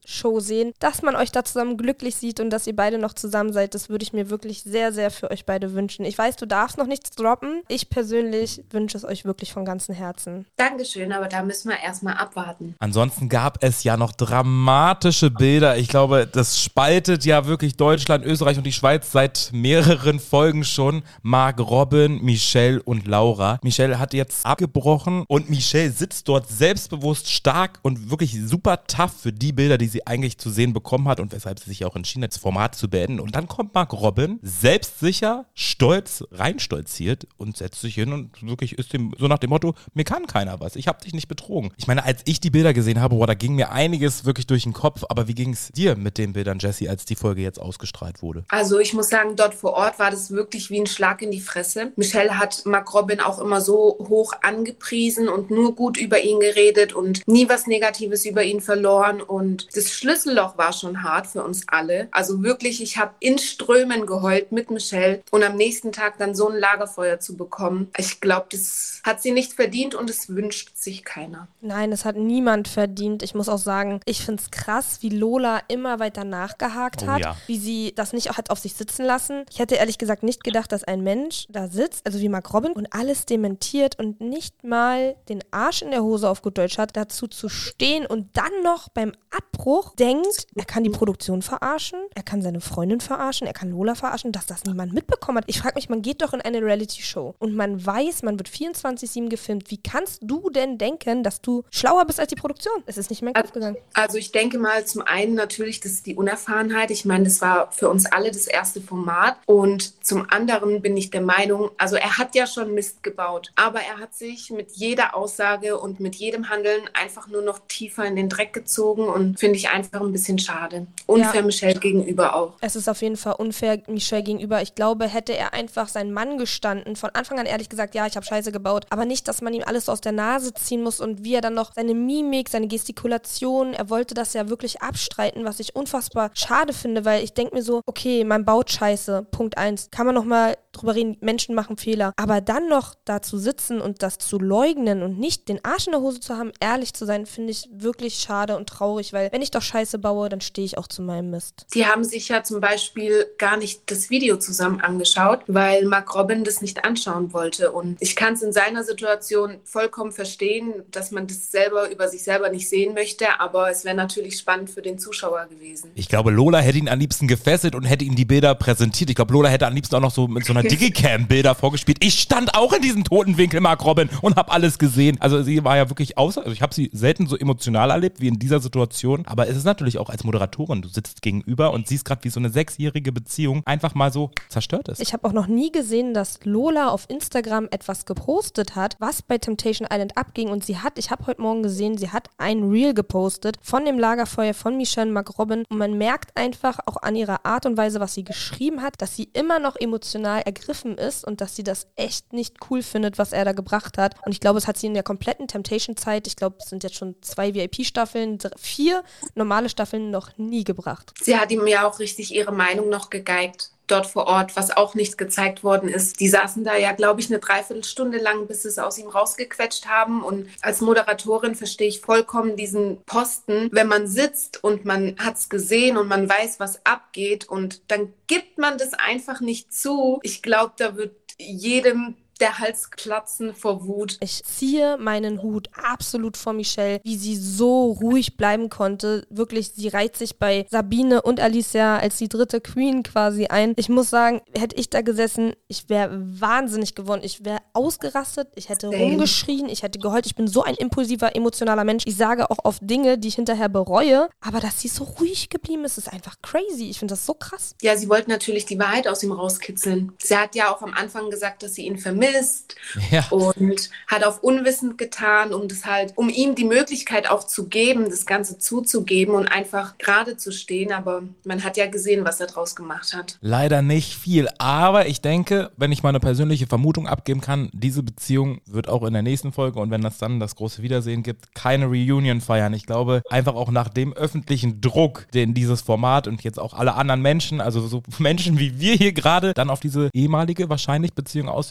S3: Show sehen. Dass man euch da zusammen glücklich sieht und dass ihr beide noch zusammen seid, das würde ich mir wirklich sehr, sehr für euch beide wünschen. Ich weiß, du darfst noch nichts droppen. Ich persönlich wünsche es euch wirklich von ganzem Herzen.
S4: Dankeschön, aber da müssen wir erstmal abwarten.
S2: Ansonsten gab es ja noch dramatische Bilder. Ich glaube, das spaltet ja wirklich Deutschland, Österreich und die Schweiz seit mehreren Folgen schon. Mark Robin, Michelle und Laura. Michelle hat jetzt abgebrochen und Michelle sitzt dort selbstbewusst, stark und wirklich super tough für die Bilder, die sie eigentlich zu sehen bekommen hat und weshalb sie sich auch entschieden hat, das Format zu beenden. Und dann kommt Mark Robin, selbstsicher, stolz, reinstolziert und setzt sich hin und wirklich ist dem, so nach dem Motto, mir kann keiner was, ich habe dich nicht betrogen. Ich meine, als ich die Bilder gesehen habe, boah, da ging mir einiges wirklich durch den Kopf, aber wie ging es dir mit den Bildern, Jessie, als die Folge jetzt ausgestrahlt wurde?
S4: Also ich muss sagen, dort vor Ort war das wirklich wie ein Schlag in die Fresse. Michelle hat Mark Robin auch immer so hoch angepriesen und nur gut über ihn geredet und nie was Negatives über ihn verloren und das Schlüsselloch war schon hart für uns alle. Also wirklich, ich habe in Strömen geheult mit Michelle und am nächsten Tag dann so ein Lagerfeuer zu bekommen. Ich glaube, das hat sie nicht verdient und es wünscht sich keiner.
S3: Nein, das hat niemand verdient. Ich muss auch sagen, ich finde es krass, wie Lola immer weiter nachgehakt hat,
S2: oh, ja.
S3: wie sie das nicht hat auf sich sitzen lassen. Ich hätte ehrlich gesagt nicht gedacht, dass ein Mensch da sitzt, also wie Mark Robin, und alles dementiert und nicht mal den Arsch in der Hose auf gut Deutsch hat, dazu zu stehen und dann noch beim Abbruch denkt, er kann die Produktion verarschen, er kann seine Freundin verarschen, er kann Lola verarschen, dass das niemand mitbekommen hat. Ich frage mich, man geht doch in eine Reality-Show und man weiß, man wird vierundzwanzig sieben gefilmt. Wie kannst du denn denken, dass du schlauer bist als die Produktion? Es ist nicht mehr in den Kopf gegangen.
S4: Also ich denke mal, zum einen natürlich, das ist die Unerfahrenheit. Ich meine, das war für uns alle das erste Format. Und zum anderen bin ich der Meinung, also er hat ja schon Mist gebaut, aber er hat sich mit jeder Aussage und mit jedem Handeln einfach nur noch tiefer in den Dreck gezogen und finde ich einfach ein bisschen schade. Unfair
S3: Ja.
S4: Michelle gegenüber auch.
S3: Es ist auf jeden Fall unfair Michelle gegenüber. Ich glaube, hätte er einfach seinen Mann gestanden, von Anfang an ehrlich gesagt, ja, ich habe Scheiße gebaut, aber nicht, dass man ihm alles so aus der Nase ziehen muss und wie er dann noch seine Mimik, seine Gestikulation, er wollte das ja wirklich abstreiten, was ich unfassbar schade finde, weil ich denke mir so, okay, man baut Scheiße, Punkt eins, kann man noch mal drüber reden, Menschen machen Fehler, aber dann noch da zu sitzen und das zu leugnen und nicht den Arsch in der Hose zu haben, ehrlich zu sein, finde ich wirklich schade und traurig, weil wenn ich doch Scheiße baue, dann stehe ich auch zu meinem Mist.
S4: Die haben sich ja zum Beispiel gar nicht das Video zusammen angeschaut, weil Mark Robin das nicht anschauen wollte. Und ich kann es in seiner Situation vollkommen verstehen, dass man das selber über sich selber nicht sehen möchte, aber es wäre natürlich spannend für den Zuschauer gewesen.
S2: Ich glaube, Lola hätte ihn am liebsten gefesselt und hätte ihm die Bilder präsentiert. Ich glaube, Lola hätte am liebsten auch noch so mit so einer Digicam-Bilder vorgespielt. Ich stand auch in diesem toten Winkel, Mark Robin, und habe alles gesehen. Also sie war ja wirklich außer, also ich habe sie selten so emotional erlebt wie in dieser Situation. Aber es ist natürlich auch als Moderatorin, du sitzt gegenüber und siehst gerade, wie so eine sechsjährige Beziehung einfach mal so zerstört ist.
S3: Ich habe auch noch nie gesehen, dass Lola auf Instagram etwas gepostet hat, was bei Temptation Island abging. Und sie hat, ich habe heute Morgen gesehen, sie hat ein Reel gepostet von dem Lagerfeuer von Michelle und Mark Robin. Und man merkt einfach auch an ihrer Art und Weise, was sie geschrieben hat, dass sie immer noch emotional ergriffen ist und dass sie das echt nicht cool findet, was er da gebracht hat. Und ich glaube, es hat sie in der kompletten Temptation-Zeit, ich glaube, es sind jetzt schon zwei V I P-Staffeln, vier normale Staffeln noch nie gebracht.
S4: Sie hat ihm ja auch richtig ihre Meinung noch gegeigt. Dort vor Ort, was auch nicht gezeigt worden ist. Die saßen da ja, glaube ich, eine Dreiviertelstunde lang, bis sie es aus ihm rausgequetscht haben. Und als Moderatorin verstehe ich vollkommen diesen Posten. Wenn man sitzt und man hat es gesehen und man weiß, was abgeht und dann gibt man das einfach nicht zu. Ich glaube, da wird jedem der Hals platzen vor Wut.
S3: Ich ziehe meinen Hut absolut vor Michelle, wie sie so ruhig bleiben konnte. Wirklich, sie reiht sich bei Sabine und Alicia als die dritte Queen quasi ein. Ich muss sagen, hätte ich da gesessen, ich wäre wahnsinnig geworden. Ich wäre ausgerastet, ich hätte
S4: Same.
S3: rumgeschrien, ich hätte geheult. Ich bin so ein impulsiver, emotionaler Mensch. Ich sage auch oft Dinge, die ich hinterher bereue, aber dass sie so ruhig geblieben ist, ist einfach crazy. Ich finde das so krass.
S4: Ja, sie wollte natürlich die Wahrheit aus ihm rauskitzeln. Sie hat ja auch am Anfang gesagt, dass sie ihn vermisst.
S2: Ja.
S4: Und hat auf unwissend getan, um das halt, um ihm die Möglichkeit auch zu geben, das Ganze zuzugeben und einfach gerade zu stehen. Aber man hat ja gesehen, was er draus gemacht hat.
S2: Leider nicht viel, aber ich denke, wenn ich mal eine persönliche Vermutung abgeben kann, diese Beziehung wird auch in der nächsten Folge und wenn das dann das große Wiedersehen gibt, keine Reunion feiern. Ich glaube, einfach auch nach dem öffentlichen Druck, den dieses Format und jetzt auch alle anderen Menschen, also so Menschen wie wir hier gerade, dann auf diese ehemalige wahrscheinlich Beziehung ausüben, das kann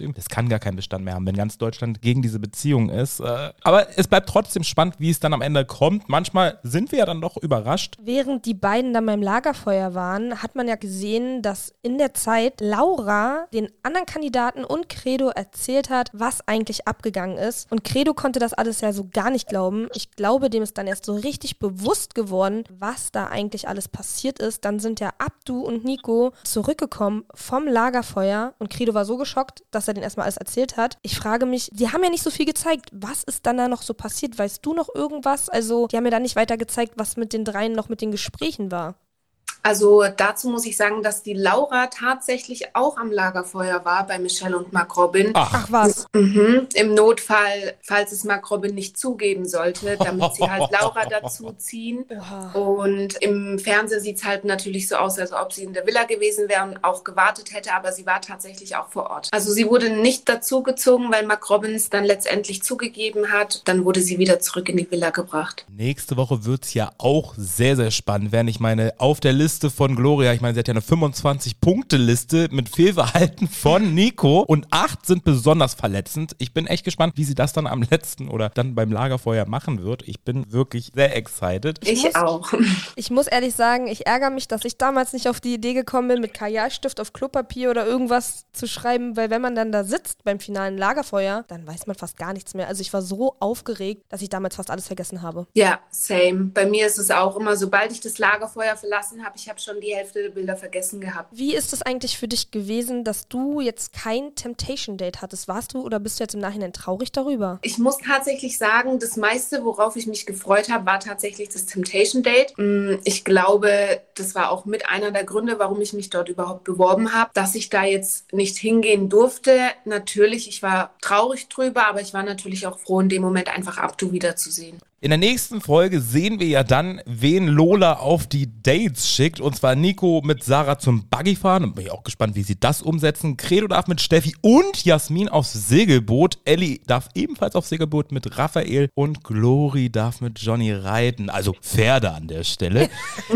S2: kann gar keinen Bestand mehr haben, wenn ganz Deutschland gegen diese Beziehung ist. Äh, aber es bleibt trotzdem spannend, wie es dann am Ende kommt. Manchmal sind wir ja dann doch überrascht.
S3: Während die beiden dann beim Lagerfeuer waren, hat man ja gesehen, dass in der Zeit Laura den anderen Kandidaten und Credo erzählt hat, was eigentlich abgegangen ist. Und Credo konnte das alles ja so gar nicht glauben. Ich glaube, dem ist dann erst so richtig bewusst geworden, was da eigentlich alles passiert ist. Dann sind ja Abdu und Nico zurückgekommen vom Lagerfeuer und Credo war so geschockt, dass er denen erstmal alles erzählt hat. Ich frage mich, die haben ja nicht so viel gezeigt. Was ist dann da noch so passiert? Weißt du noch irgendwas? Also, die haben mir da nicht weiter gezeigt, was mit den dreien noch mit den Gesprächen war.
S4: Also dazu muss ich sagen, dass die Laura tatsächlich auch am Lagerfeuer war bei Michelle und Mark Robin.
S2: Ach,
S3: Ach was.
S4: Mhm. Im Notfall, falls es Mark Robin nicht zugeben sollte, damit sie halt Laura dazu ziehen.
S3: Oha.
S4: Und im Fernsehen sieht es halt natürlich so aus, als ob sie in der Villa gewesen wäre und auch gewartet hätte, aber sie war tatsächlich auch vor Ort. Also sie wurde nicht dazugezogen, weil Mark Robin es dann letztendlich zugegeben hat. Dann wurde sie wieder zurück in die Villa gebracht.
S2: Nächste Woche wird es ja auch sehr, sehr spannend werden. Ich meine, auf der Liste von Gloria, ich meine, sie hat ja eine fünfundzwanzig-Punkte-Liste mit Fehlverhalten von Nico und acht sind besonders verletzend. Ich bin echt gespannt, wie sie das dann am letzten oder dann beim Lagerfeuer machen wird. Ich bin wirklich sehr excited.
S4: Ich, ich muss, auch.
S3: Ich muss ehrlich sagen, ich ärgere mich, dass ich damals nicht auf die Idee gekommen bin, mit Kajalstift auf Klopapier oder irgendwas zu schreiben, weil wenn man dann da sitzt beim finalen Lagerfeuer, dann weiß man fast gar nichts mehr. Also ich war so aufgeregt, dass ich damals fast alles vergessen habe.
S4: Ja, same. Bei mir ist es auch immer, sobald ich das Lagerfeuer verlassen habe, ich habe schon die Hälfte der Bilder vergessen gehabt.
S3: Wie ist es eigentlich für dich gewesen, dass du jetzt kein Temptation-Date hattest? Warst du oder bist du jetzt im Nachhinein traurig darüber?
S4: Ich muss tatsächlich sagen, das meiste, worauf ich mich gefreut habe, war tatsächlich das Temptation-Date. Ich glaube, das war auch mit einer der Gründe, warum ich mich dort überhaupt beworben habe, dass ich da jetzt nicht hingehen durfte. Natürlich, ich war traurig drüber, aber ich war natürlich auch froh, in dem Moment einfach Abdu wiederzusehen.
S2: In der nächsten Folge sehen wir ja dann, wen Lola auf die Dates schickt. Und zwar Nico mit Sarah zum Buggyfahren. Und bin ich auch gespannt, wie sie das umsetzen. Credo darf mit Steffi und Jasmin aufs Segelboot. Ellie darf ebenfalls aufs Segelboot mit Raphael. Und Glory darf mit Johnny reiten. Also Pferde an der Stelle.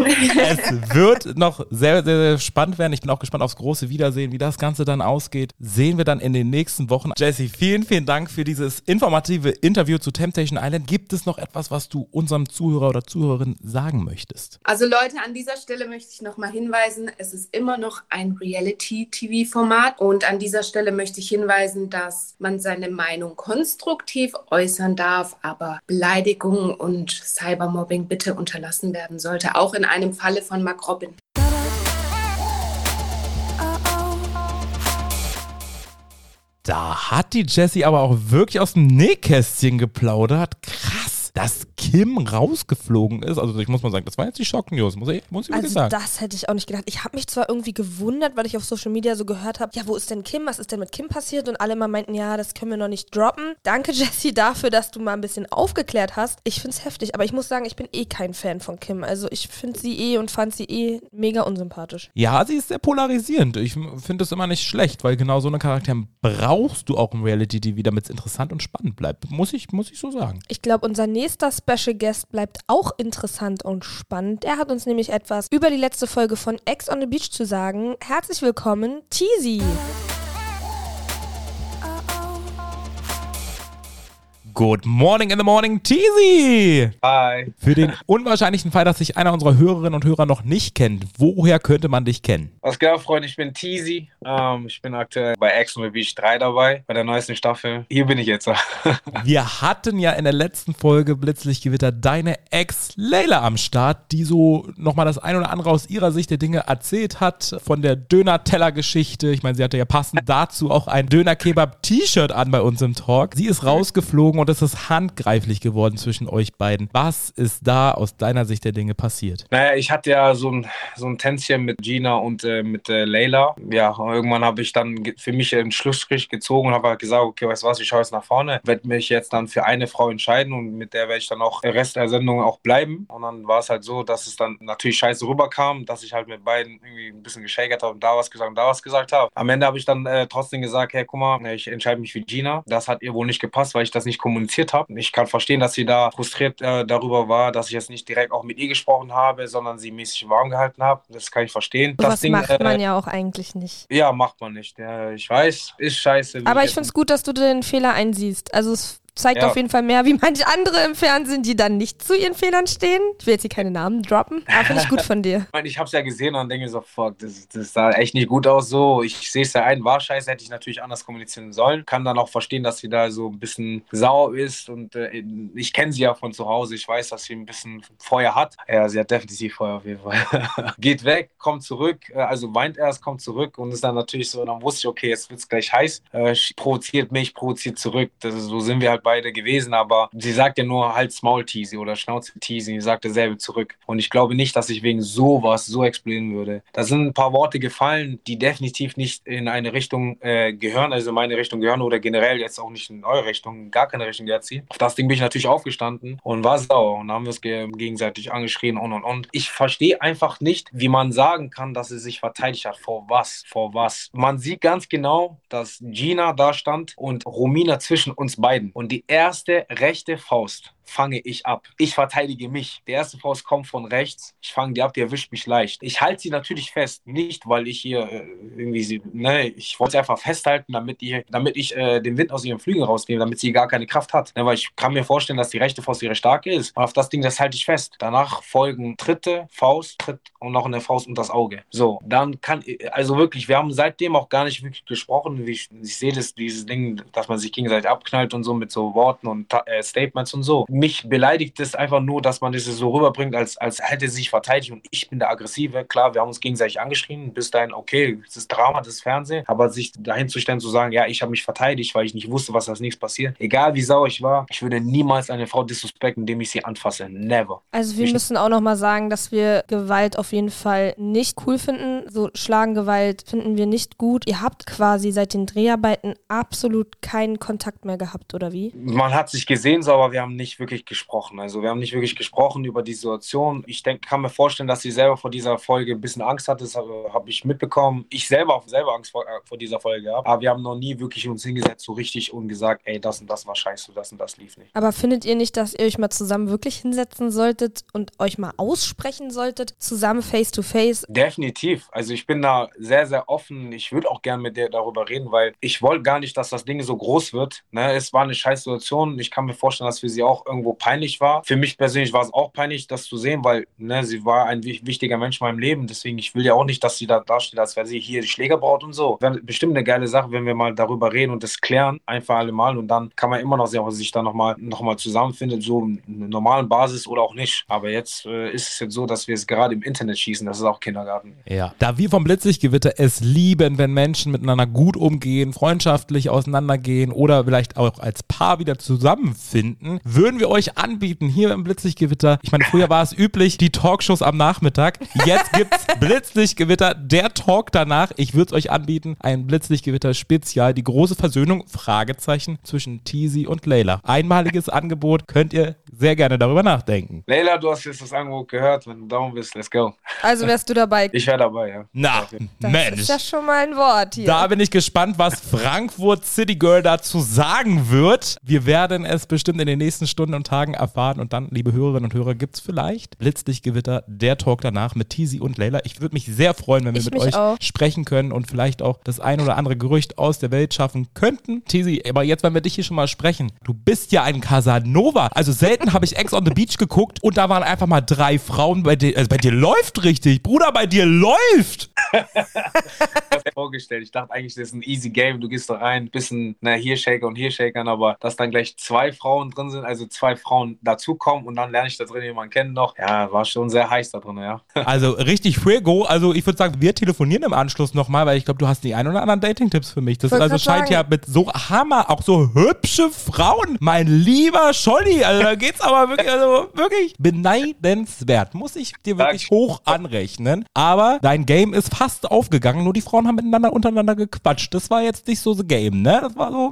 S2: Es wird noch sehr, sehr, sehr spannend werden. Ich bin auch gespannt aufs große Wiedersehen, wie das Ganze dann ausgeht. Sehen wir dann in den nächsten Wochen. Jessie, vielen, vielen Dank für dieses informative Interview zu Temptation Island. Gibt es noch etwas, was, was du unserem Zuhörer oder Zuhörerin sagen möchtest?
S4: Also Leute, an dieser Stelle möchte ich nochmal hinweisen, es ist immer noch ein Reality-T V-Format und an dieser Stelle möchte ich hinweisen, dass man seine Meinung konstruktiv äußern darf, aber Beleidigungen und Cybermobbing bitte unterlassen werden sollte, auch in einem Falle von Mark Robin.
S2: Da hat die Jessie aber auch wirklich aus dem Nähkästchen geplaudert. Krass, dass Kim rausgeflogen ist. Also ich muss mal sagen, das war jetzt die Schock-News, muss ich, muss ich wirklich
S3: also
S2: sagen.
S3: Das hätte ich auch nicht gedacht. Ich habe mich zwar irgendwie gewundert, weil ich auf Social Media so gehört habe, ja, wo ist denn Kim? Was ist denn mit Kim passiert? Und alle immer meinten, ja, das können wir noch nicht droppen. Danke, Jessie, dafür, dass du mal ein bisschen aufgeklärt hast. Ich finde es heftig, aber ich muss sagen, ich bin eh kein Fan von Kim. Also ich finde sie eh und fand sie eh mega unsympathisch.
S2: Ja, sie ist sehr polarisierend. Ich finde das immer nicht schlecht, weil genau so eine Charakter brauchst du auch im Reality-T V, damit es interessant und spannend bleibt. Muss ich, muss ich so sagen.
S3: Ich glaube, unser nächster Special Guest bleibt auch interessant und spannend. Er hat uns nämlich etwas über die letzte Folge von Ex on the Beach zu sagen. Herzlich willkommen, Teasy.
S2: Good morning in the morning, Teasy!
S5: Hi.
S2: Für den unwahrscheinlichen Fall, dass sich einer unserer Hörerinnen und Hörer noch nicht kennt, woher könnte man dich kennen?
S5: Was geht ab, Freunde? Ich bin Teasy. Ähm, ich bin aktuell bei Ex on the Beach drei dabei, bei der neuesten Staffel. Hier bin ich jetzt.
S2: Wir hatten ja in der letzten Folge Blitzlichtgewitter deine Ex Layla am Start, die so nochmal das ein oder andere aus ihrer Sicht der Dinge erzählt hat, von der Döner-Teller-Geschichte. Ich meine, sie hatte ja passend dazu auch ein Döner-Kebab-T-Shirt an bei uns im Talk. Sie ist rausgeflogen und es ist handgreiflich geworden zwischen euch beiden. Was ist da aus deiner Sicht der Dinge passiert?
S5: Naja, ich hatte ja so ein, so ein Tänzchen mit Gina und äh, mit äh, Layla. Ja, irgendwann habe ich dann für mich einen Schlussstrich gezogen und habe halt gesagt, okay, weißt du was, ich schaue jetzt nach vorne, werde mich jetzt dann für eine Frau entscheiden und mit der werde ich dann auch den Rest der Sendung auch bleiben. Und dann war es halt so, dass es dann natürlich scheiße rüberkam, dass ich halt mit beiden irgendwie ein bisschen geschägert habe und da was gesagt und da was gesagt habe. Am Ende habe ich dann äh, trotzdem gesagt, hey, guck mal, ich entscheide mich für Gina. Das hat ihr wohl nicht gepasst, weil ich das nicht kommuniziert kommuniziert habe. Ich kann verstehen, dass sie da frustriert äh, darüber war, dass ich jetzt nicht direkt auch mit ihr gesprochen habe, sondern sie mäßig warm gehalten habe. Das kann ich verstehen.
S3: So
S5: das
S3: was
S5: Ding,
S3: macht
S5: äh,
S3: man ja auch eigentlich nicht.
S5: Ja, macht man nicht. Ja, ich weiß, ist scheiße.
S3: Aber ich finde es gut, dass du den Fehler einsiehst. Also es zeigt
S5: Ja.
S3: auf jeden Fall mehr, wie manche andere im Fernsehen, die dann nicht zu ihren Fehlern stehen. Ich will jetzt hier keine Namen droppen, aber finde ich gut von dir.
S5: Ich meine, ich habe es ja gesehen und denke mir so, fuck, das, das sah echt nicht gut aus so. Ich sehe es ja ein, war scheiße, hätte ich natürlich anders kommunizieren sollen. Kann dann auch verstehen, dass sie da so ein bisschen sauer ist und äh, ich kenne sie ja von zu Hause. Ich weiß, dass sie ein bisschen Feuer hat. Ja, sie hat definitiv Feuer auf jeden Fall. Geht weg, kommt zurück, äh, also weint erst, kommt zurück und ist dann natürlich so, dann wusste ich, okay, jetzt wird es gleich heiß. Äh, provoziert mich, provoziert zurück. Das ist, so sind wir halt beide gewesen, aber sie sagt ja nur Hals, Maul, Teasy oder Schnauze, Teasy. Sie sagt dasselbe zurück. Und ich glaube nicht, dass ich wegen sowas so explodieren würde. Da sind ein paar Worte gefallen, die definitiv nicht in eine Richtung äh, gehören, also meine Richtung gehören oder generell jetzt auch nicht in eure Richtung, gar keine Richtung gehört sie. Auf das Ding bin ich natürlich aufgestanden und war sauer und haben wir es ge- gegenseitig angeschrien und und und. Ich verstehe einfach nicht, wie man sagen kann, dass sie sich verteidigt hat. Vor was? Vor was? Man sieht ganz genau, dass Gina da stand und Romina zwischen uns beiden. Und die erste rechte Faust fange ich ab. Ich verteidige mich. Die erste Faust kommt von rechts. Ich fange die ab, die erwischt mich leicht. Ich halte sie natürlich fest. Nicht, weil ich hier äh, irgendwie sie, ne, ich wollte sie einfach festhalten, damit, die, damit ich äh, den Wind aus ihren Flügeln rausnehme, damit sie gar keine Kraft hat. Ne, weil ich kann mir vorstellen, dass die rechte Faust ihre starke ist. Und auf das Ding, das halte ich fest. Danach folgen Tritte, Faust, Tritt und noch eine Faust unter das Auge. So, dann kann, also wirklich, wir haben seitdem auch gar nicht wirklich gesprochen. Ich, ich sehe das, dieses Ding, dass man sich gegenseitig abknallt und so mit so Worten und äh, Statements und so. Mich beleidigt es einfach nur, dass man das so rüberbringt, als, als hätte sie sich verteidigt und ich bin der Aggressive. Klar, wir haben uns gegenseitig angeschrien. Bis dahin, okay, das ist Drama, das ist Fernsehen. Aber sich dahin zu stellen, zu sagen, ja, ich habe mich verteidigt, weil ich nicht wusste, was als nächstes passiert. Egal wie sauer ich war, ich würde niemals eine Frau disrespekten, indem ich sie anfasse. Never.
S3: Also wir
S5: ich
S3: müssen auch nochmal sagen, dass wir Gewalt auf jeden Fall nicht cool finden. So Schlagengewalt finden wir nicht gut. Ihr habt quasi seit den Dreharbeiten absolut keinen Kontakt mehr gehabt, oder wie?
S5: Man hat sich gesehen, so, aber wir haben nicht wirklich gesprochen. Also wir haben nicht wirklich gesprochen über die Situation. Ich denk, kann mir vorstellen, dass sie selber vor dieser Folge ein bisschen Angst hatte. Das habe hab ich mitbekommen. Ich selber habe selber Angst vor, äh, vor dieser Folge gehabt. Aber wir haben noch nie wirklich uns hingesetzt, so richtig und gesagt, ey, das und das war scheiße, das und das lief nicht.
S3: Aber findet ihr nicht, dass ihr euch mal zusammen wirklich hinsetzen solltet und euch mal aussprechen solltet, zusammen face to face?
S5: Definitiv. Also ich bin da sehr, sehr offen. Ich würde auch gerne mit dir darüber reden, weil ich wollte gar nicht, dass das Ding so groß wird. Ne? Es war eine scheiß Situation. Ich kann mir vorstellen, dass für sie auch irgendwo peinlich war. Für mich persönlich war es auch peinlich, das zu sehen, weil ne, sie war ein wichtiger Mensch in meinem Leben. Deswegen, ich will ja auch nicht, dass sie da dasteht, als wäre sie hier die Schläger braucht und so. Wäre bestimmt eine geile Sache, wenn wir mal darüber reden und das klären, einfach alle Mal. Und dann kann man immer noch sehen, ob sich da nochmal noch mal zusammenfindet, so eine normalen Basis oder auch nicht. Aber jetzt äh, ist es jetzt so, dass wir es gerade im Internet schießen. Das ist auch Kindergarten.
S2: Ja. Da wir vom Blitzlichtgewitter es lieben, wenn Menschen miteinander gut umgehen, freundschaftlich auseinandergehen oder vielleicht auch als Paar wieder zusammenfinden, würden wir euch anbieten, hier im Blitzlichtgewitter. Ich meine, früher war es üblich, die Talkshows am Nachmittag. Jetzt gibt's Blitzlichtgewitter, der Talk danach. Ich würde es euch anbieten, ein Blitzlichtgewitter-Spezial, die große Versöhnung, Fragezeichen, zwischen Teasy und Layla. Einmaliges Angebot, könnt ihr sehr gerne darüber nachdenken.
S5: Layla, du hast jetzt das Angebot gehört. Wenn du down bist, let's go.
S3: Also wärst du dabei?
S5: Ich wäre dabei, ja.
S2: Na,
S3: Das
S2: Mensch.
S3: ist ja schon mal ein Wort hier.
S2: Da bin ich gespannt, was Frankfurt City Girl dazu sagen wird. Wir werden es bestimmt in den nächsten Stunden und Tagen erfahren. Und dann, liebe Hörerinnen und Hörer, gibt es vielleicht Blitzlichtgewitter, der Talk danach mit Teasy und Layla. Ich würde mich sehr freuen, wenn wir
S3: Ich
S2: mit
S3: mich
S2: euch
S3: auch.
S2: sprechen können und vielleicht auch das ein oder andere Gerücht aus der Welt schaffen könnten. Teasy, aber jetzt, wenn wir dich hier schon mal sprechen, du bist ja ein Casanova. Also selten habe ich Ex on the Beach geguckt und da waren einfach mal drei Frauen bei dir. Also bei dir läuft richtig. Bruder, bei dir läuft.
S5: Vorgestellt. Ich dachte eigentlich, das ist ein easy Game. Du gehst da rein, bisschen na, hier Shaker und hier Shakern, aber dass dann gleich zwei Frauen drin sind, also zwei Frauen dazukommen und dann lerne ich da drin jemanden kennen noch. Ja, war schon sehr heiß da drin, ja.
S2: Also richtig Fuego. Also ich würde sagen, wir telefonieren im Anschluss nochmal, weil ich glaube, du hast die ein oder anderen Dating-Tipps für mich. Das
S3: Wollte
S2: also
S3: grad
S2: scheint
S3: sagen.
S2: ja mit so Hammer, auch so hübsche Frauen. Mein lieber Scholli, also da geht's aber wirklich, also wirklich beneidenswert. Muss ich dir wirklich hoch anrechnen. Aber dein Game ist fast aufgegangen, nur die Frauen haben miteinander untereinander gequatscht. Das war jetzt nicht so the Game, ne? Das war so... mm.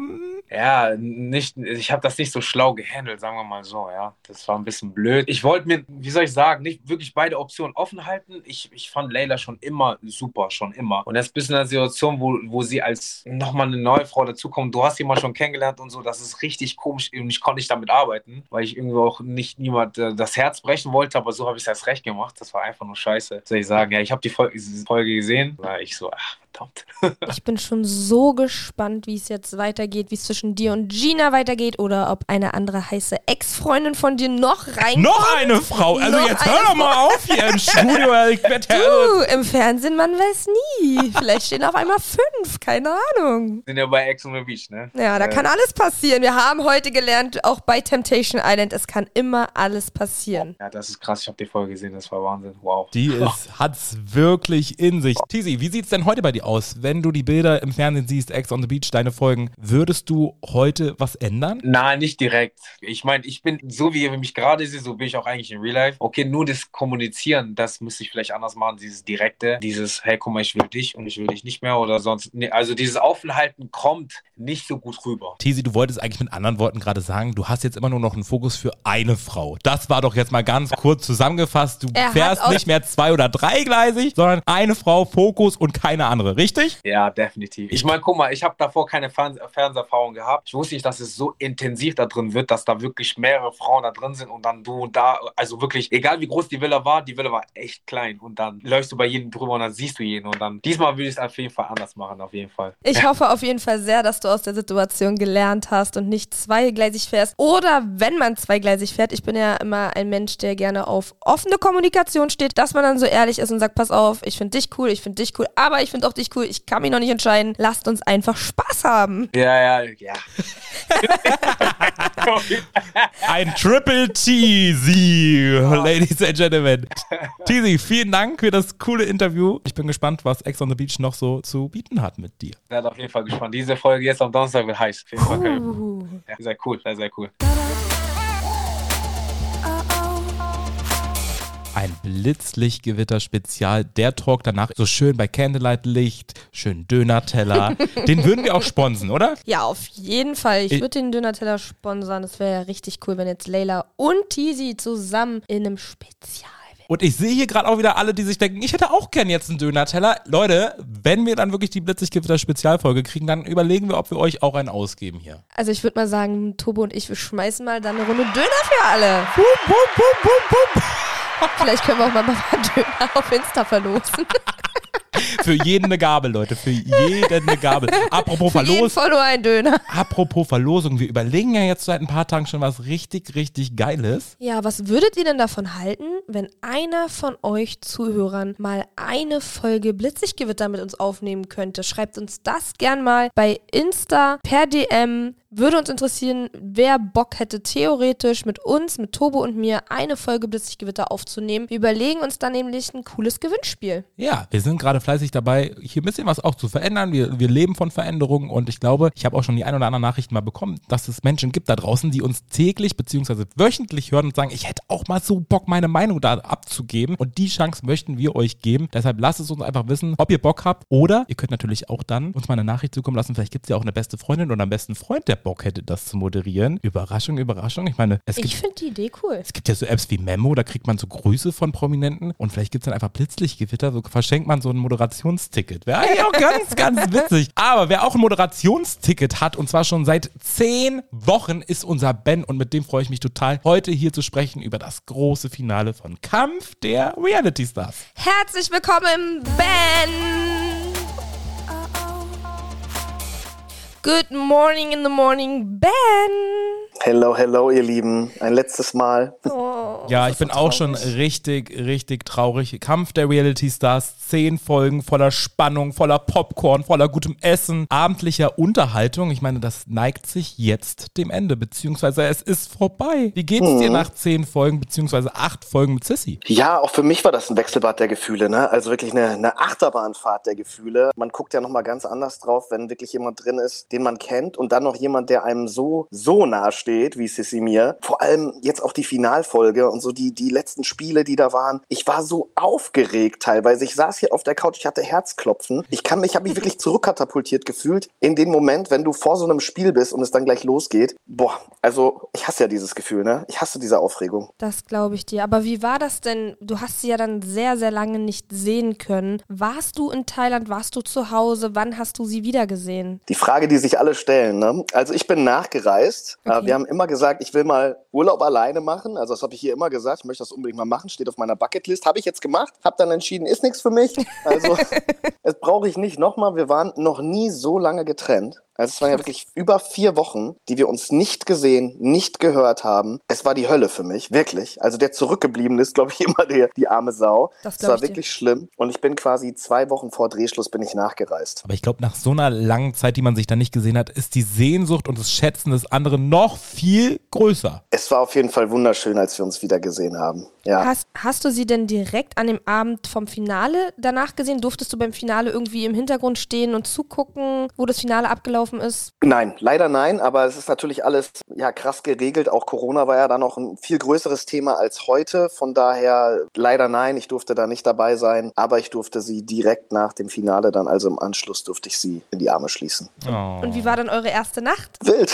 S5: Ja, nicht, ich habe das nicht so schlau gehandelt, sagen wir mal so, ja. Das war ein bisschen blöd. Ich wollte mir, wie soll ich sagen, nicht wirklich beide Optionen offen halten. Ich, ich fand Layla schon immer super, schon immer. Und jetzt bist du in einer Situation, wo, wo sie als nochmal eine neue Frau dazukommt. Du hast sie mal schon kennengelernt und so. Das ist richtig komisch und ich konnte nicht damit arbeiten, weil ich irgendwie auch nicht niemand äh, das Herz brechen wollte, aber so habe ich es erst recht gemacht. Das war einfach nur scheiße. Soll ich sagen, ja, ich habe die Folge, Folge gesehen. Da ich so, ach, verdammt.
S3: Ich bin schon so gespannt, wie es jetzt weitergeht, wie es zwischen dir und Gina weitergeht oder ob eine andere heiße Ex-Freundin von dir noch reinkommt.
S2: Noch eine Frau? Also
S3: Noch
S2: jetzt
S3: eine
S2: hör doch mal auf hier im Studio. Ich werd ja
S3: Du, im Fernsehen, man weiß nie. Vielleicht stehen auf einmal fünf, keine Ahnung.
S5: Sind ja bei Ex on the Beach, ne?
S3: Ja, da
S5: äh,
S3: kann alles passieren. Wir haben heute gelernt, auch bei Temptation Island, es kann immer alles passieren.
S5: Ja, das ist krass. Ich habe die Folge gesehen. Das war Wahnsinn. Wow.
S2: Die ist, hat's wirklich in sich. Tizi, wie sieht's denn heute bei dir aus? Wenn du die Bilder im Fernsehen siehst, Ex on the Beach, deine Folgen, würdest du heute was ändern?
S5: Nein, nicht direkt. Ich meine, ich bin so, wie ihr mich gerade seht, so bin ich auch eigentlich in Real Life. Okay, nur das Kommunizieren, das müsste ich vielleicht anders machen. Dieses Direkte, dieses, hey, guck mal, ich will dich und ich will dich nicht mehr oder sonst. Nee, also dieses Offenhalten kommt nicht so gut rüber.
S2: Tizi, du wolltest eigentlich mit anderen Worten gerade sagen, du hast jetzt immer nur noch einen Fokus für eine Frau. Das war doch jetzt mal ganz kurz zusammengefasst. Du
S3: Er
S2: fährst
S3: hat auch-
S2: nicht mehr zwei- oder dreigleisig, sondern eine Frau, Fokus und keine andere, richtig?
S5: Ja, definitiv. Ich meine, guck mal, ich habe davor keine Fern Fernseherfahrung gehabt. Ich wusste nicht, dass es so intensiv da drin wird, dass da wirklich mehrere Frauen da drin sind und dann du da, also wirklich, egal wie groß die Villa war, die Villa war echt klein und dann läufst du bei jedem drüber und dann siehst du jeden und dann, diesmal will ich es auf jeden Fall anders machen, auf jeden Fall.
S3: Ich hoffe auf jeden Fall sehr, dass du aus der Situation gelernt hast und nicht zweigleisig fährst. Oder wenn man zweigleisig fährt, ich bin ja immer ein Mensch, der gerne auf offene Kommunikation steht, dass man dann so ehrlich ist und sagt, pass auf, ich finde dich cool, ich finde dich cool, aber ich finde auch dich cool, ich kann mich noch nicht entscheiden. Lasst uns einfach Spaß haben.
S5: Ja, ja, ja.
S2: Ein Triple Tizi, Ladies and Gentlemen. Tizi, vielen Dank für das coole Interview. Ich bin gespannt, was Ex on the Beach noch so zu bieten hat mit dir.
S5: Ich werde auf jeden Fall gespannt. Diese Folge jetzt am Donnerstag wird heiß. Auf jeden Fall kann
S3: Uh.
S5: ich, ja, sehr cool, sehr, sehr cool.
S2: Ein Blitzlichtgewitter-Spezial, der Talk danach so schön bei Candlelight-Licht, schön Döner-Teller. Den würden wir auch sponsen, oder?
S3: Ja, auf jeden Fall. Ich
S2: Ich-
S3: würde den Döner-Teller sponsern. Das wäre ja richtig cool, wenn jetzt Layla und Tizi zusammen in einem Spezial wären.
S2: Und ich sehe hier gerade auch wieder alle, die sich denken, ich hätte auch gern jetzt einen Döner-Teller. Leute, wenn wir dann wirklich die Blitzlichtgewitter-Spezialfolge kriegen, dann überlegen wir, ob wir euch auch einen ausgeben hier.
S3: Also ich würde mal sagen, Tobo und ich, wir schmeißen mal dann eine Runde Döner für alle.
S2: Bum, bum, bum, bum, bum.
S3: Vielleicht können wir auch mal ein paar Döner auf Insta verlosen.
S2: Für jeden eine Gabel, Leute. Für jeden eine Gabel. Apropos
S3: Für jeden
S2: Verlos
S3: Follower ein Döner.
S2: Apropos Verlosung. Wir überlegen ja jetzt seit ein paar Tagen schon was richtig, richtig Geiles.
S3: Ja, was würdet ihr denn davon halten, wenn einer von euch Zuhörern mal eine Folge Blitzlichtgewitter mit uns aufnehmen könnte? Schreibt uns das gern mal bei Insta per D M. Würde uns interessieren, wer Bock hätte, theoretisch mit uns, mit Tobo und mir, eine Folge Blitzlichtgewitter aufzunehmen. Wir überlegen uns dann nämlich ein cooles Gewinnspiel.
S2: Ja, wir sind gerade fleißig dabei, hier ein bisschen was auch zu verändern. Wir, wir leben von Veränderungen und ich glaube, ich habe auch schon die ein oder andere Nachricht mal bekommen, dass es Menschen gibt da draußen, die uns täglich bzw. wöchentlich hören und sagen, ich hätte auch mal so Bock, meine Meinung da abzugeben und die Chance möchten wir euch geben. Deshalb lasst es uns einfach wissen, ob ihr Bock habt oder ihr könnt natürlich auch dann uns mal eine Nachricht zukommen lassen. Vielleicht gibt es ja auch eine beste Freundin oder einen besten Freund, der Bock hätte, das zu moderieren. Überraschung, Überraschung. Ich meine, es
S3: Ich
S2: gibt...
S3: finde die Idee cool.
S2: Es gibt ja so Apps wie Memo, da kriegt man so Grüße von Prominenten und vielleicht gibt es dann einfach Blitzlichtgewitter, so verschenkt man so ein Moderationsticket. Wäre eigentlich auch ganz, ganz witzig. Aber wer auch ein Moderationsticket hat und zwar schon seit zehn Wochen ist unser Ben und mit dem freue ich mich total, heute hier zu sprechen über das große Finale von Kampf der Reality Stars.
S3: Herzlich willkommen, Ben! Good morning in the morning, Ben!
S6: Hello, hello, ihr Lieben. Ein letztes Mal.
S3: Oh,
S2: Ja,
S3: das
S2: ich
S3: ist
S2: bin
S3: so
S2: auch schon
S3: traurig.
S2: richtig, richtig traurig. Kampf der Reality Stars, zehn Folgen voller Spannung, voller Popcorn, voller gutem Essen, abendlicher Unterhaltung. Ich meine, das neigt sich jetzt dem Ende, beziehungsweise es ist vorbei. Wie geht's dir nach zehn Folgen, beziehungsweise acht Folgen mit Sissy?
S6: Ja, auch für mich war das ein Wechselbad der Gefühle, ne? Also wirklich eine, eine Achterbahnfahrt der Gefühle. Man guckt ja nochmal ganz anders drauf, wenn wirklich jemand drin ist, den man kennt und dann noch jemand, der einem so, so nahe steht, wie Sissy mir. Vor allem jetzt auch die Finalfolge und und so die, die letzten Spiele, die da waren. Ich war so aufgeregt teilweise. Ich saß hier auf der Couch, ich hatte Herzklopfen. Ich kann mich, habe mich wirklich zurückkatapultiert gefühlt in den Moment, wenn du vor so einem Spiel bist und es dann gleich losgeht. Boah, also ich hasse ja dieses Gefühl, ne? Ich hasse diese Aufregung.
S3: Das glaube ich dir. Aber wie war das denn? Du hast sie ja dann sehr, sehr lange nicht sehen können. Warst du in Thailand? Warst du zu Hause? Wann hast du sie wieder gesehen?
S6: Die Frage, die sich alle stellen, ne? Also ich bin nachgereist.
S3: Okay.
S6: Wir haben immer gesagt, ich will mal Urlaub alleine machen. Also das habe ich hier immer gesagt. Ich möchte das unbedingt mal machen. Steht auf meiner Bucketlist. Habe ich jetzt gemacht. Habe dann entschieden, ist nichts für mich. Also das brauche ich nicht nochmal. Wir waren noch nie so lange getrennt. Also es waren ja wirklich über vier Wochen, die wir uns nicht gesehen, nicht gehört haben. Es war die Hölle für mich, wirklich. Also der Zurückgebliebene ist, glaube ich, immer der, die arme Sau.
S3: Das
S6: es war
S3: glaub ich
S6: wirklich schlimm. Und ich bin quasi zwei Wochen vor Drehschluss bin ich nachgereist.
S2: Aber ich glaube, nach so einer langen Zeit, die man sich da nicht gesehen hat, ist die Sehnsucht und das Schätzen des anderen noch viel größer.
S6: Es war auf jeden Fall wunderschön, als wir uns wieder gesehen haben. Ja.
S3: Hast, hast du sie denn direkt an dem Abend vom Finale danach gesehen? Durftest du beim Finale irgendwie im Hintergrund stehen und zugucken, wo das Finale abgelaufen ist?
S6: Nein, leider nein, aber es ist natürlich alles ja krass geregelt. Auch Corona war ja da noch ein viel größeres Thema als heute. Von daher leider nein, ich durfte da nicht dabei sein, aber ich durfte sie direkt nach dem Finale dann, also im Anschluss durfte ich sie in die Arme schließen.
S2: Oh.
S3: Und wie war dann eure erste Nacht?
S6: Wild.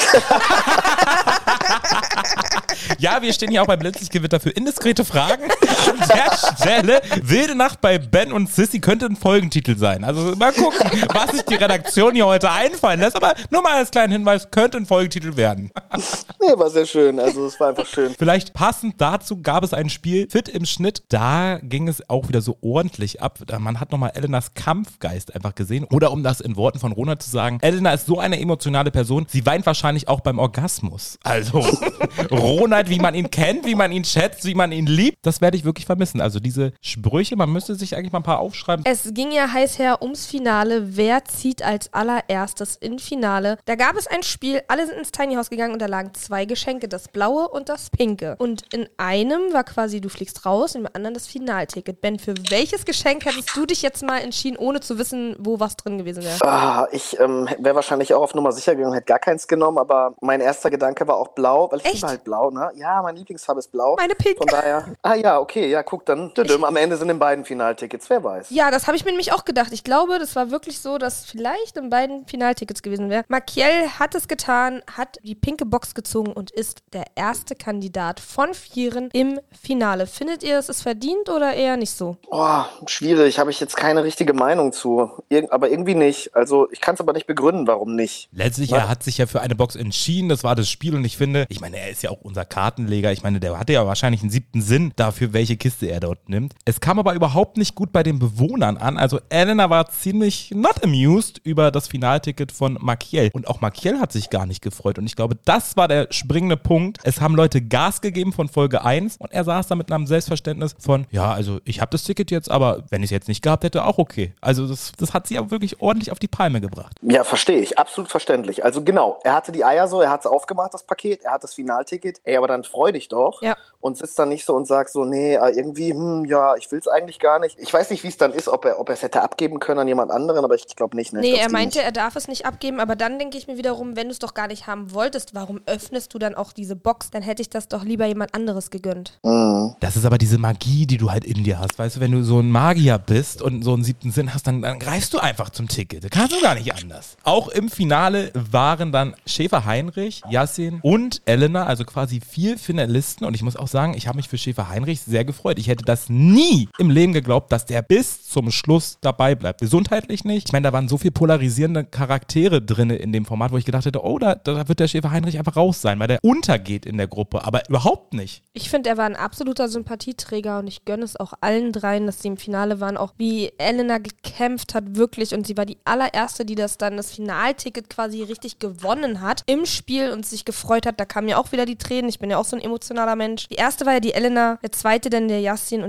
S2: Ja, wir stehen hier auch beim Blitzlichtgewitter für indiskrete Fragen. An der Stelle, wilde Nacht bei Ben und Sissy könnte ein Folgentitel sein. Also mal gucken, was sich die Redaktion hier heute einfallen lässt. Aber nur mal als kleinen Hinweis, könnte ein Folgentitel werden.
S6: Nee, war sehr schön. Also es war einfach schön.
S2: Vielleicht passend dazu gab es ein Spiel, Fit im Schnitt. Da ging es auch wieder so ordentlich ab. Man hat nochmal Elenas Kampfgeist einfach gesehen. Oder um das in Worten von Rona zu sagen, Elena ist so eine emotionale Person, sie weint wahrscheinlich auch beim Orgasmus. Also Ronald, wie man ihn kennt, wie man ihn schätzt, wie man ihn liebt, das werde ich wirklich vermissen. Also diese Sprüche, man müsste sich eigentlich mal ein paar aufschreiben.
S3: Es ging ja heiß her ums Finale. Wer zieht als allererstes in Finale? Da gab es ein Spiel, alle sind ins Tiny House gegangen und da lagen zwei Geschenke, das blaue und das pinke. Und in einem war quasi, du fliegst raus, im anderen das Finalticket. Ben, für welches Geschenk hättest du dich jetzt mal entschieden, ohne zu wissen, wo was drin gewesen wäre?
S6: Ah, ich ähm, wäre wahrscheinlich auch auf Nummer sicher gegangen, hätte gar keins genommen, aber mein erster Gedanke war auch blau, weil ich
S3: Echt?
S6: liebe halt blau, ne? Ja, mein Lieblingsfarbe ist blau.
S3: Meine pinke.
S6: Von daher, ah ja, okay, ja, guck, dann düdüm, am Ende sind in beiden Finaltickets, wer weiß.
S3: Ja, das habe ich mir nämlich auch gedacht. Ich glaube, das war wirklich so, dass vielleicht in beiden Finaltickets gewesen wäre. Makiel hat es getan, hat die pinke Box gezogen und ist der erste Kandidat von Vieren im Finale. Findet ihr, es ist verdient oder eher nicht so?
S6: Oh, schwierig, habe ich jetzt keine richtige Meinung zu. Irg- aber irgendwie nicht. Also ich kann es aber nicht begründen, warum nicht.
S2: Letztlich,
S6: Was?
S2: er hat sich ja für eine Box entschieden, das war das Spiel und ich finde, ich meine, er ist ja auch unser Kartenleger, ich meine, der hatte ja wahrscheinlich einen siebten Sinn dafür, welche Kiste er dort nimmt. Es kam aber überhaupt nicht gut bei den Bewohnern an, also Elena war ziemlich not amused über das Finalticket von Makiel und auch Makiel hat sich gar nicht gefreut und ich glaube, das war der springende Punkt. Es haben Leute Gas gegeben von Folge eins und er saß da mit einem Selbstverständnis von, ja, also ich habe das Ticket jetzt, aber wenn ich es jetzt nicht gehabt hätte, auch okay. Also das, das hat sie aber wirklich ordentlich auf die Palme gebracht.
S6: Ja, verstehe ich. Absolut verständlich. Also genau, er hatte die Eier so, er hat es aufgemacht, das Paket, er hat das Finalticket. Ey, aber dann freu dich doch.
S3: Ja.
S6: Und sitzt dann nicht so und sagt so, nee, irgendwie, hm, ja, ich will es eigentlich gar nicht. Ich weiß nicht, wie es dann ist, ob er ob er es hätte abgeben können an jemand anderen, aber ich glaube nicht. Ne?
S3: Nee,
S6: Ich glaub's
S3: er meinte,
S6: nicht.
S3: er darf es nicht abgeben, aber dann denke ich mir wiederum, wenn du es doch gar nicht haben wolltest, warum öffnest du dann auch diese Box? Dann hätte ich das doch lieber jemand anderes gegönnt.
S6: Mhm.
S2: Das ist aber diese Magie, die du halt in dir hast. Weißt du, wenn du so ein Magier bist und so einen siebten Sinn hast, dann, dann greifst du einfach zum Ticket. Da kannst du gar nicht anders. Auch im Finale waren dann Schäfer-Heinrich, Yassin und Elena, also quasi vier Finalisten. Und ich muss auch sagen, ich habe mich für Schäfer-Heinrich sehr gefreut. Ich hätte das nie im Leben geglaubt, dass der bis zum Schluss dabei bleibt. Gesundheitlich nicht. Ich meine, da waren so viel polarisierende Charaktere drin in dem Format, wo ich gedacht hätte, oh, da, da wird der Schäfer-Heinrich einfach raus sein, weil der untergeht in der Gruppe. Aber überhaupt nicht.
S3: Ich finde, er war ein absoluter Sympathieträger und ich gönne es auch allen dreien, dass sie im Finale waren. Auch wie Elena gekämpft hat, wirklich. Und sie war die allererste, die das dann, das Finalticket quasi richtig gewonnen hat im Spiel und sich gefreut hat. Da kamen ja auch wieder die Tränen. Ich bin ja auch so ein emotionaler Mensch. Die erste war ja die Elena, der zweite dann der Yassin und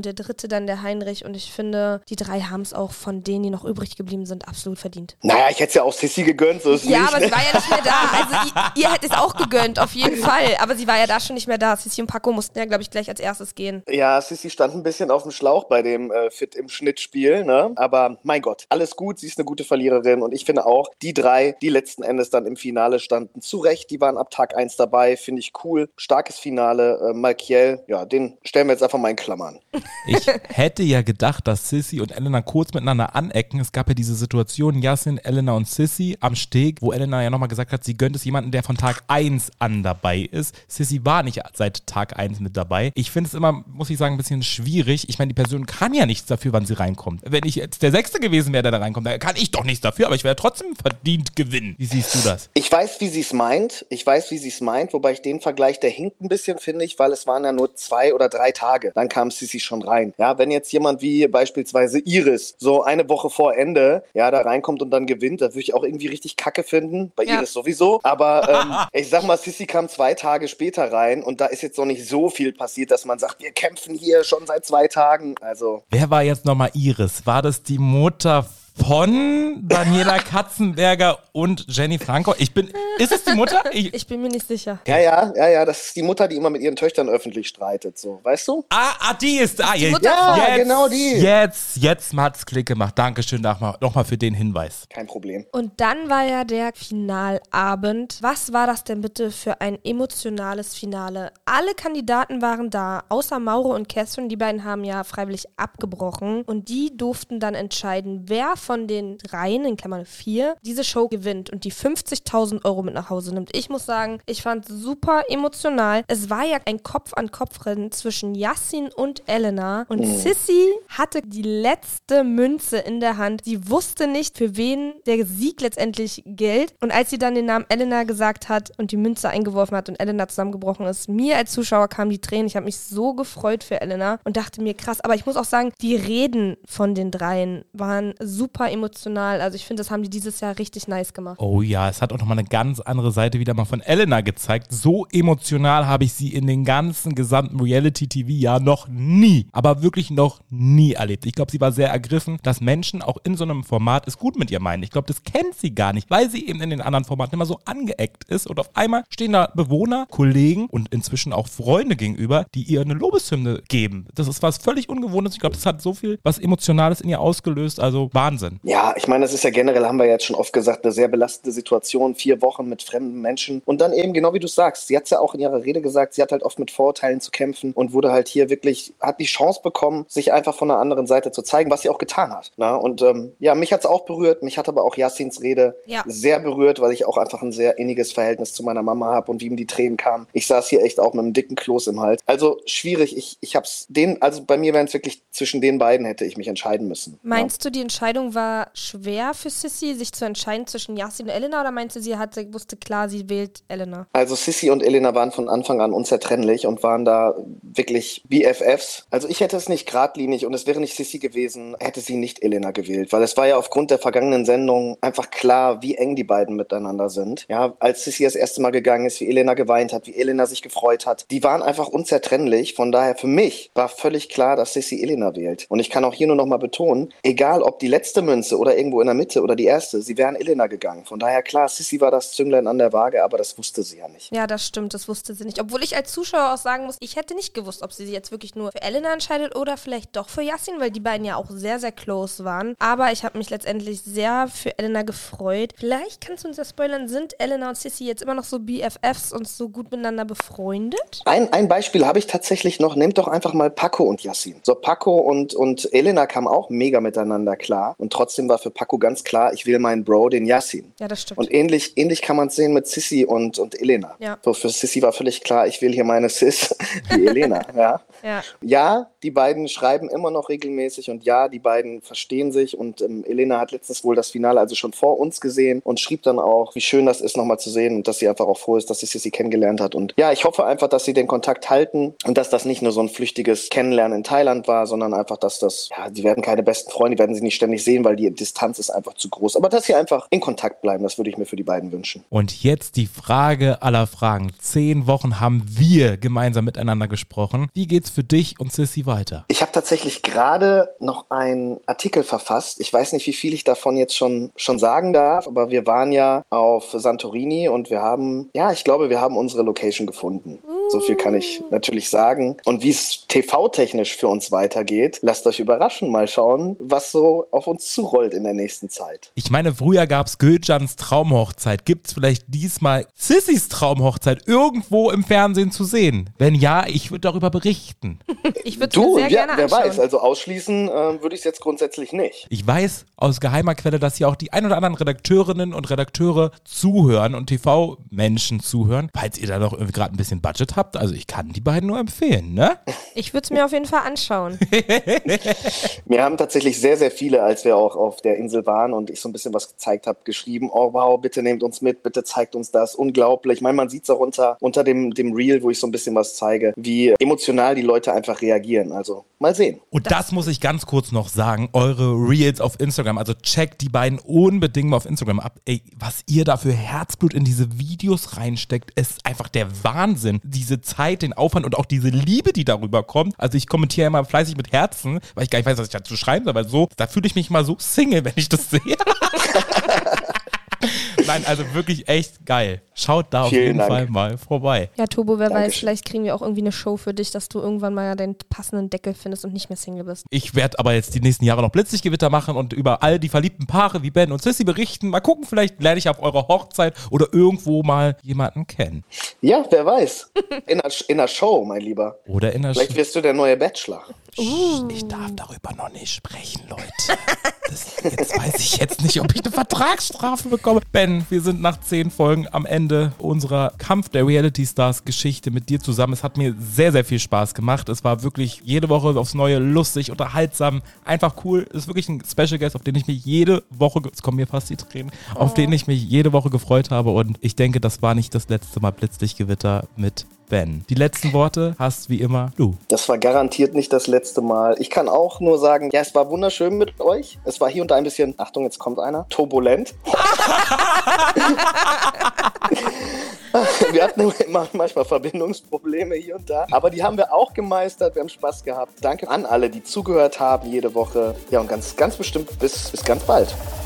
S3: und der dritte dann der Heinrich. Und ich finde, die drei haben es auch von denen, die noch übrig geblieben sind, absolut verdient.
S6: Naja, ich hätte es ja auch Sissy gegönnt, so ist es
S3: Ja,
S6: nicht.
S3: aber sie war ja nicht mehr da. Also ihr, ihr hättet es auch gegönnt, auf jeden Fall. Aber sie war ja da schon nicht mehr da. Sissy und Paco mussten ja, glaube ich, gleich als erstes gehen.
S6: Ja, Sissy stand ein bisschen auf dem Schlauch bei dem äh, Fit im Schnittspiel, ne? Aber mein Gott, alles gut, sie ist eine gute Verliererin und ich finde auch, die drei, die letzten Endes dann im Finale standen, zu Recht, die waren ab Tag eins dabei, finde ich cool. Starkes Finale, äh, Malkiel, ja, den stellen wir jetzt einfach mal in Klammern.
S2: Ich hätte ja gedacht, dass Sissy und Elena kurz miteinander anecken. Es gab ja diese Situation, Yassin, Elena und Sissy am Steg, wo Elena ja nochmal gesagt hat, sie gönnt es jemanden, der von Tag eins an dabei ist. Sissy war nicht seit Tag eins mit dabei. Ich finde es immer, muss ich sagen, ein bisschen schwierig. Ich meine, die Person kann ja nichts dafür, wann sie reinkommt. Wenn ich jetzt der Sechste gewesen wäre, der da reinkommt, dann kann ich doch nichts dafür, aber ich werde trotzdem verdient gewinnen. Wie siehst du das?
S6: Ich weiß, wie sie es meint. Ich weiß, wie sie es meint, wobei ich den Vergleich, der hinkt ein bisschen, finde ich, weil es waren ja nur zwei oder drei Tage. Dann kam Sissy schon rein. Ja, wenn jetzt jemand wie beispielsweise Iris so eine Woche vor Ende, ja, da reinkommt und dann gewinnt, das würde ich auch irgendwie richtig kacke finden. Bei
S3: Ja.
S6: Iris sowieso. Aber ähm, ich sag mal, Sissy kam zwei Tage später rein und da ist jetzt noch nicht so viel passiert, dass man sagt, wir kämpfen hier schon seit zwei Tagen. Also.
S2: Wer war jetzt nochmal Iris? War das die Mutter von Daniela Katzenberger und Jenny Franco? Ich bin, ist es die Mutter? Ich,
S3: Ich bin mir nicht sicher.
S6: Ja, ja, ja, ja, das ist die Mutter, die immer mit ihren Töchtern öffentlich streitet, so, weißt du?
S2: ah, ah, die ist, ah, jetzt,
S3: Mutter
S6: von-
S2: jetzt,
S6: Ja, genau die.
S2: Jetzt, jetzt hat's Klick gemacht. Dankeschön nochmal noch mal für den Hinweis.
S6: Kein Problem.
S3: Und dann war ja der Finalabend. Was war das denn bitte für ein emotionales Finale? Alle Kandidaten waren da, außer Mauro und Catherine. Die beiden haben ja freiwillig abgebrochen. Und die durften dann entscheiden, wer von den dreien, in Klammern vier, diese Show gewinnt und die fünfzigtausend Euro mit nach Hause nimmt. Ich muss sagen, ich fand es super emotional. Es war ja ein Kopf-an-Kopf-Rennen zwischen Yassin und Elena. Und Sissy hatte die letzte Münze in der Hand. Sie wusste nicht, für wen der Sieg letztendlich gilt. Und als sie dann den Namen Elena gesagt hat und die Münze eingeworfen hat und Elena zusammengebrochen ist, mir als Zuschauer kamen die Tränen. Ich habe mich so gefreut für Elena und dachte mir, krass. Aber ich muss auch sagen, die Reden von den dreien waren super emotional. Also ich finde, das haben die dieses Jahr richtig nice gemacht.
S2: Oh ja, es hat auch nochmal eine ganz andere Seite wieder mal von Elena gezeigt. So emotional habe ich sie in den ganzen gesamten Reality-T V-Jahr noch nie, aber wirklich noch nie erlebt. Ich glaube, sie war sehr ergriffen, dass Menschen auch in so einem Format es gut mit ihr meinen. Ich glaube, das kennt sie gar nicht, weil sie eben in den anderen Formaten immer so angeeckt ist und auf einmal stehen da Bewohner, Kollegen und inzwischen auch Freunde gegenüber, die ihr eine Lobeshymne geben. Das ist was völlig Ungewohntes. Ich glaube, das hat so viel was Emotionales in ihr ausgelöst. Also Wahnsinn.
S6: Ja, ich meine, das ist ja generell, haben wir jetzt schon oft gesagt, eine sehr belastende Situation, vier Wochen mit fremden Menschen und dann eben, genau wie du sagst, sie hat es ja auch in ihrer Rede gesagt, sie hat halt oft mit Vorurteilen zu kämpfen und wurde halt hier wirklich, hat die Chance bekommen, sich einfach von der anderen Seite zu zeigen, was sie auch getan hat. Na? Und ähm, ja, mich hat es auch berührt, mich hat aber auch Yassins Rede
S3: Ja.
S6: sehr berührt, weil ich auch einfach ein sehr inniges Verhältnis zu meiner Mama habe und wie ihm die Tränen kamen. Ich saß hier echt auch mit einem dicken Kloß im Hals. Also schwierig, ich, ich hab's den, also bei mir wären es wirklich zwischen den beiden hätte ich mich entscheiden müssen.
S3: Meinst du, die Entscheidung war schwer für Sissy, sich zu entscheiden zwischen Yassin und Elena, oder meinst du, sie hatte, wusste klar, sie wählt Elena?
S6: Also Sissy und Elena waren von Anfang an unzertrennlich und waren da wirklich B F Fs. Also ich hätte es nicht geradlinig und es wäre nicht Sissy gewesen, hätte sie nicht Elena gewählt, weil es war ja aufgrund der vergangenen Sendung einfach klar, wie eng die beiden miteinander sind. Ja, als Sissy das erste Mal gegangen ist, wie Elena geweint hat, wie Elena sich gefreut hat, die waren einfach unzertrennlich. Von daher für mich war völlig klar, dass Sissy Elena wählt. Und ich kann auch hier nur noch mal betonen, egal ob die letzte Münze oder irgendwo in der Mitte oder die erste, sie wären Elena gegangen. Von daher klar, Sissy war das Zünglein an der Waage, aber das wusste sie ja nicht.
S3: Ja, das stimmt, das wusste sie nicht. Obwohl ich als Zuschauer auch sagen muss, ich hätte nicht gewusst, ob sie sich jetzt wirklich nur für Elena entscheidet oder vielleicht doch für Yassin, weil die beiden ja auch sehr, sehr close waren. Aber ich habe mich letztendlich sehr für Elena gefreut. Vielleicht kannst du uns ja spoilern, sind Elena und Sissy jetzt immer noch so B F Fs und so gut miteinander befreundet?
S6: Ein, ein Beispiel habe ich tatsächlich noch. Nehmt doch einfach mal Paco und Yassin. So, Paco und, und Elena kamen auch mega miteinander klar. Und trotzdem war für Paco ganz klar, ich will meinen Bro, den Yassin.
S3: Ja, das stimmt.
S6: Und ähnlich, ähnlich kann man es sehen mit Sissy und, und Elena.
S3: Ja.
S6: So, für Sissy war völlig klar, ich will hier meine Sis, die Elena. Ja.
S3: Ja.
S6: Ja, die beiden schreiben immer noch regelmäßig und ja, die beiden verstehen sich und ähm, Elena hat letztens wohl das Finale also schon vor uns gesehen und schrieb dann auch, wie schön das ist, nochmal zu sehen und dass sie einfach auch froh ist, dass sie Sissy kennengelernt hat. Und ja, ich hoffe einfach, dass sie den Kontakt halten und dass das nicht nur so ein flüchtiges Kennenlernen in Thailand war, sondern einfach, dass das, ja, die werden keine besten Freunde, die werden sie nicht ständig sehen, weil die Distanz ist einfach zu groß. Aber dass sie einfach in Kontakt bleiben, das würde ich mir für die beiden wünschen.
S2: Und jetzt die Frage aller Fragen. Zehn Wochen haben wir gemeinsam miteinander gesprochen. Wie geht's für dich und Sissy weiter? weiter?
S6: Ich habe tatsächlich gerade noch einen Artikel verfasst. Ich weiß nicht, wie viel ich davon jetzt schon, schon sagen darf, aber wir waren ja auf Santorini und wir haben, ja, ich glaube, wir haben unsere Location gefunden. So viel kann ich natürlich sagen. Und wie es T V-technisch für uns weitergeht, lasst euch überraschen. Mal schauen, was so auf uns zurollt in der nächsten Zeit.
S2: Ich meine, früher gab es Gülcans Traumhochzeit. Gibt es vielleicht diesmal Sissys Traumhochzeit irgendwo im Fernsehen zu sehen? Wenn ja, ich würde darüber berichten.
S3: Ich würde es
S6: Du,
S3: mir sehr
S6: ja,
S3: gerne
S6: wer
S3: anschauen.
S6: weiß, also ausschließen äh, würde ich es jetzt grundsätzlich nicht.
S2: Ich weiß aus geheimer Quelle, dass hier auch die ein oder anderen Redakteurinnen und Redakteure zuhören und T V-Menschen zuhören. Falls ihr da noch irgendwie gerade ein bisschen Budget habt, also ich kann die beiden nur empfehlen, ne?
S3: Ich würde es mir auf jeden Fall anschauen.
S6: Mir haben tatsächlich sehr, sehr viele, als wir auch auf der Insel waren und ich so ein bisschen was gezeigt habe, geschrieben, oh wow, bitte nehmt uns mit, bitte zeigt uns das, unglaublich. Ich meine, man sieht es auch unter, unter dem, dem Reel, wo ich so ein bisschen was zeige, wie emotional die Leute einfach reagieren. Also mal sehen.
S2: Und das muss ich ganz kurz noch sagen, eure Reels auf Instagram, also checkt die beiden unbedingt mal auf Instagram ab. Ey, was ihr da für Herzblut in diese Videos reinsteckt, ist einfach der Wahnsinn. Diese Zeit, den Aufwand und auch diese Liebe, die darüber kommt. Also ich kommentiere immer fleißig mit Herzen, weil ich gar nicht weiß, was ich dazu schreiben soll, aber so, da fühle ich mich mal so Single, wenn ich das sehe. Nein, also wirklich echt geil. Schaut da auf
S6: Vielen
S2: jeden
S6: Dank.
S2: Fall mal vorbei.
S3: Ja, Tobo, wer weiß,
S6: Dankeschön.
S3: vielleicht kriegen wir auch irgendwie eine Show für dich, dass du irgendwann mal den passenden Deckel findest und nicht mehr Single bist.
S2: Ich werde aber jetzt die nächsten Jahre noch Blitzlichtgewitter machen und über all die verliebten Paare wie Ben und Sissy berichten. Mal gucken, vielleicht lerne ich auf eurer Hochzeit oder irgendwo mal jemanden kennen.
S6: Ja, wer weiß. In einer, in einer Show, mein Lieber.
S2: Oder in der
S6: Vielleicht
S2: Sch-
S6: wirst du der neue Bachelor.
S2: Ich darf darüber noch nicht sprechen, Leute. Das, jetzt weiß ich jetzt nicht, ob ich eine Vertragsstrafe bekomme. Ben, wir sind nach zehn Folgen am Ende unserer Kampf der Reality Stars Geschichte mit dir zusammen. Es hat mir sehr, sehr viel Spaß gemacht. Es war wirklich jede Woche aufs Neue lustig, unterhaltsam, einfach cool. Es ist wirklich ein Special Guest, auf den ich mich jede Woche, es kommen mir fast die Tränen, oh. auf den ich mich jede Woche gefreut habe. Und ich denke, das war nicht das letzte Mal Blitzlichtgewitter mit Ben. Die letzten Worte hast wie immer du.
S6: Das war garantiert nicht das letzte Mal. Ich kann auch nur sagen, ja, es war wunderschön mit euch. Es war hier und da ein bisschen, Achtung, jetzt kommt einer, turbulent. Wir hatten immer manchmal Verbindungsprobleme hier und da, aber die haben wir auch gemeistert. Wir haben Spaß gehabt. Danke an alle, die zugehört haben jede Woche. Ja, und ganz, ganz bestimmt bis, bis ganz bald.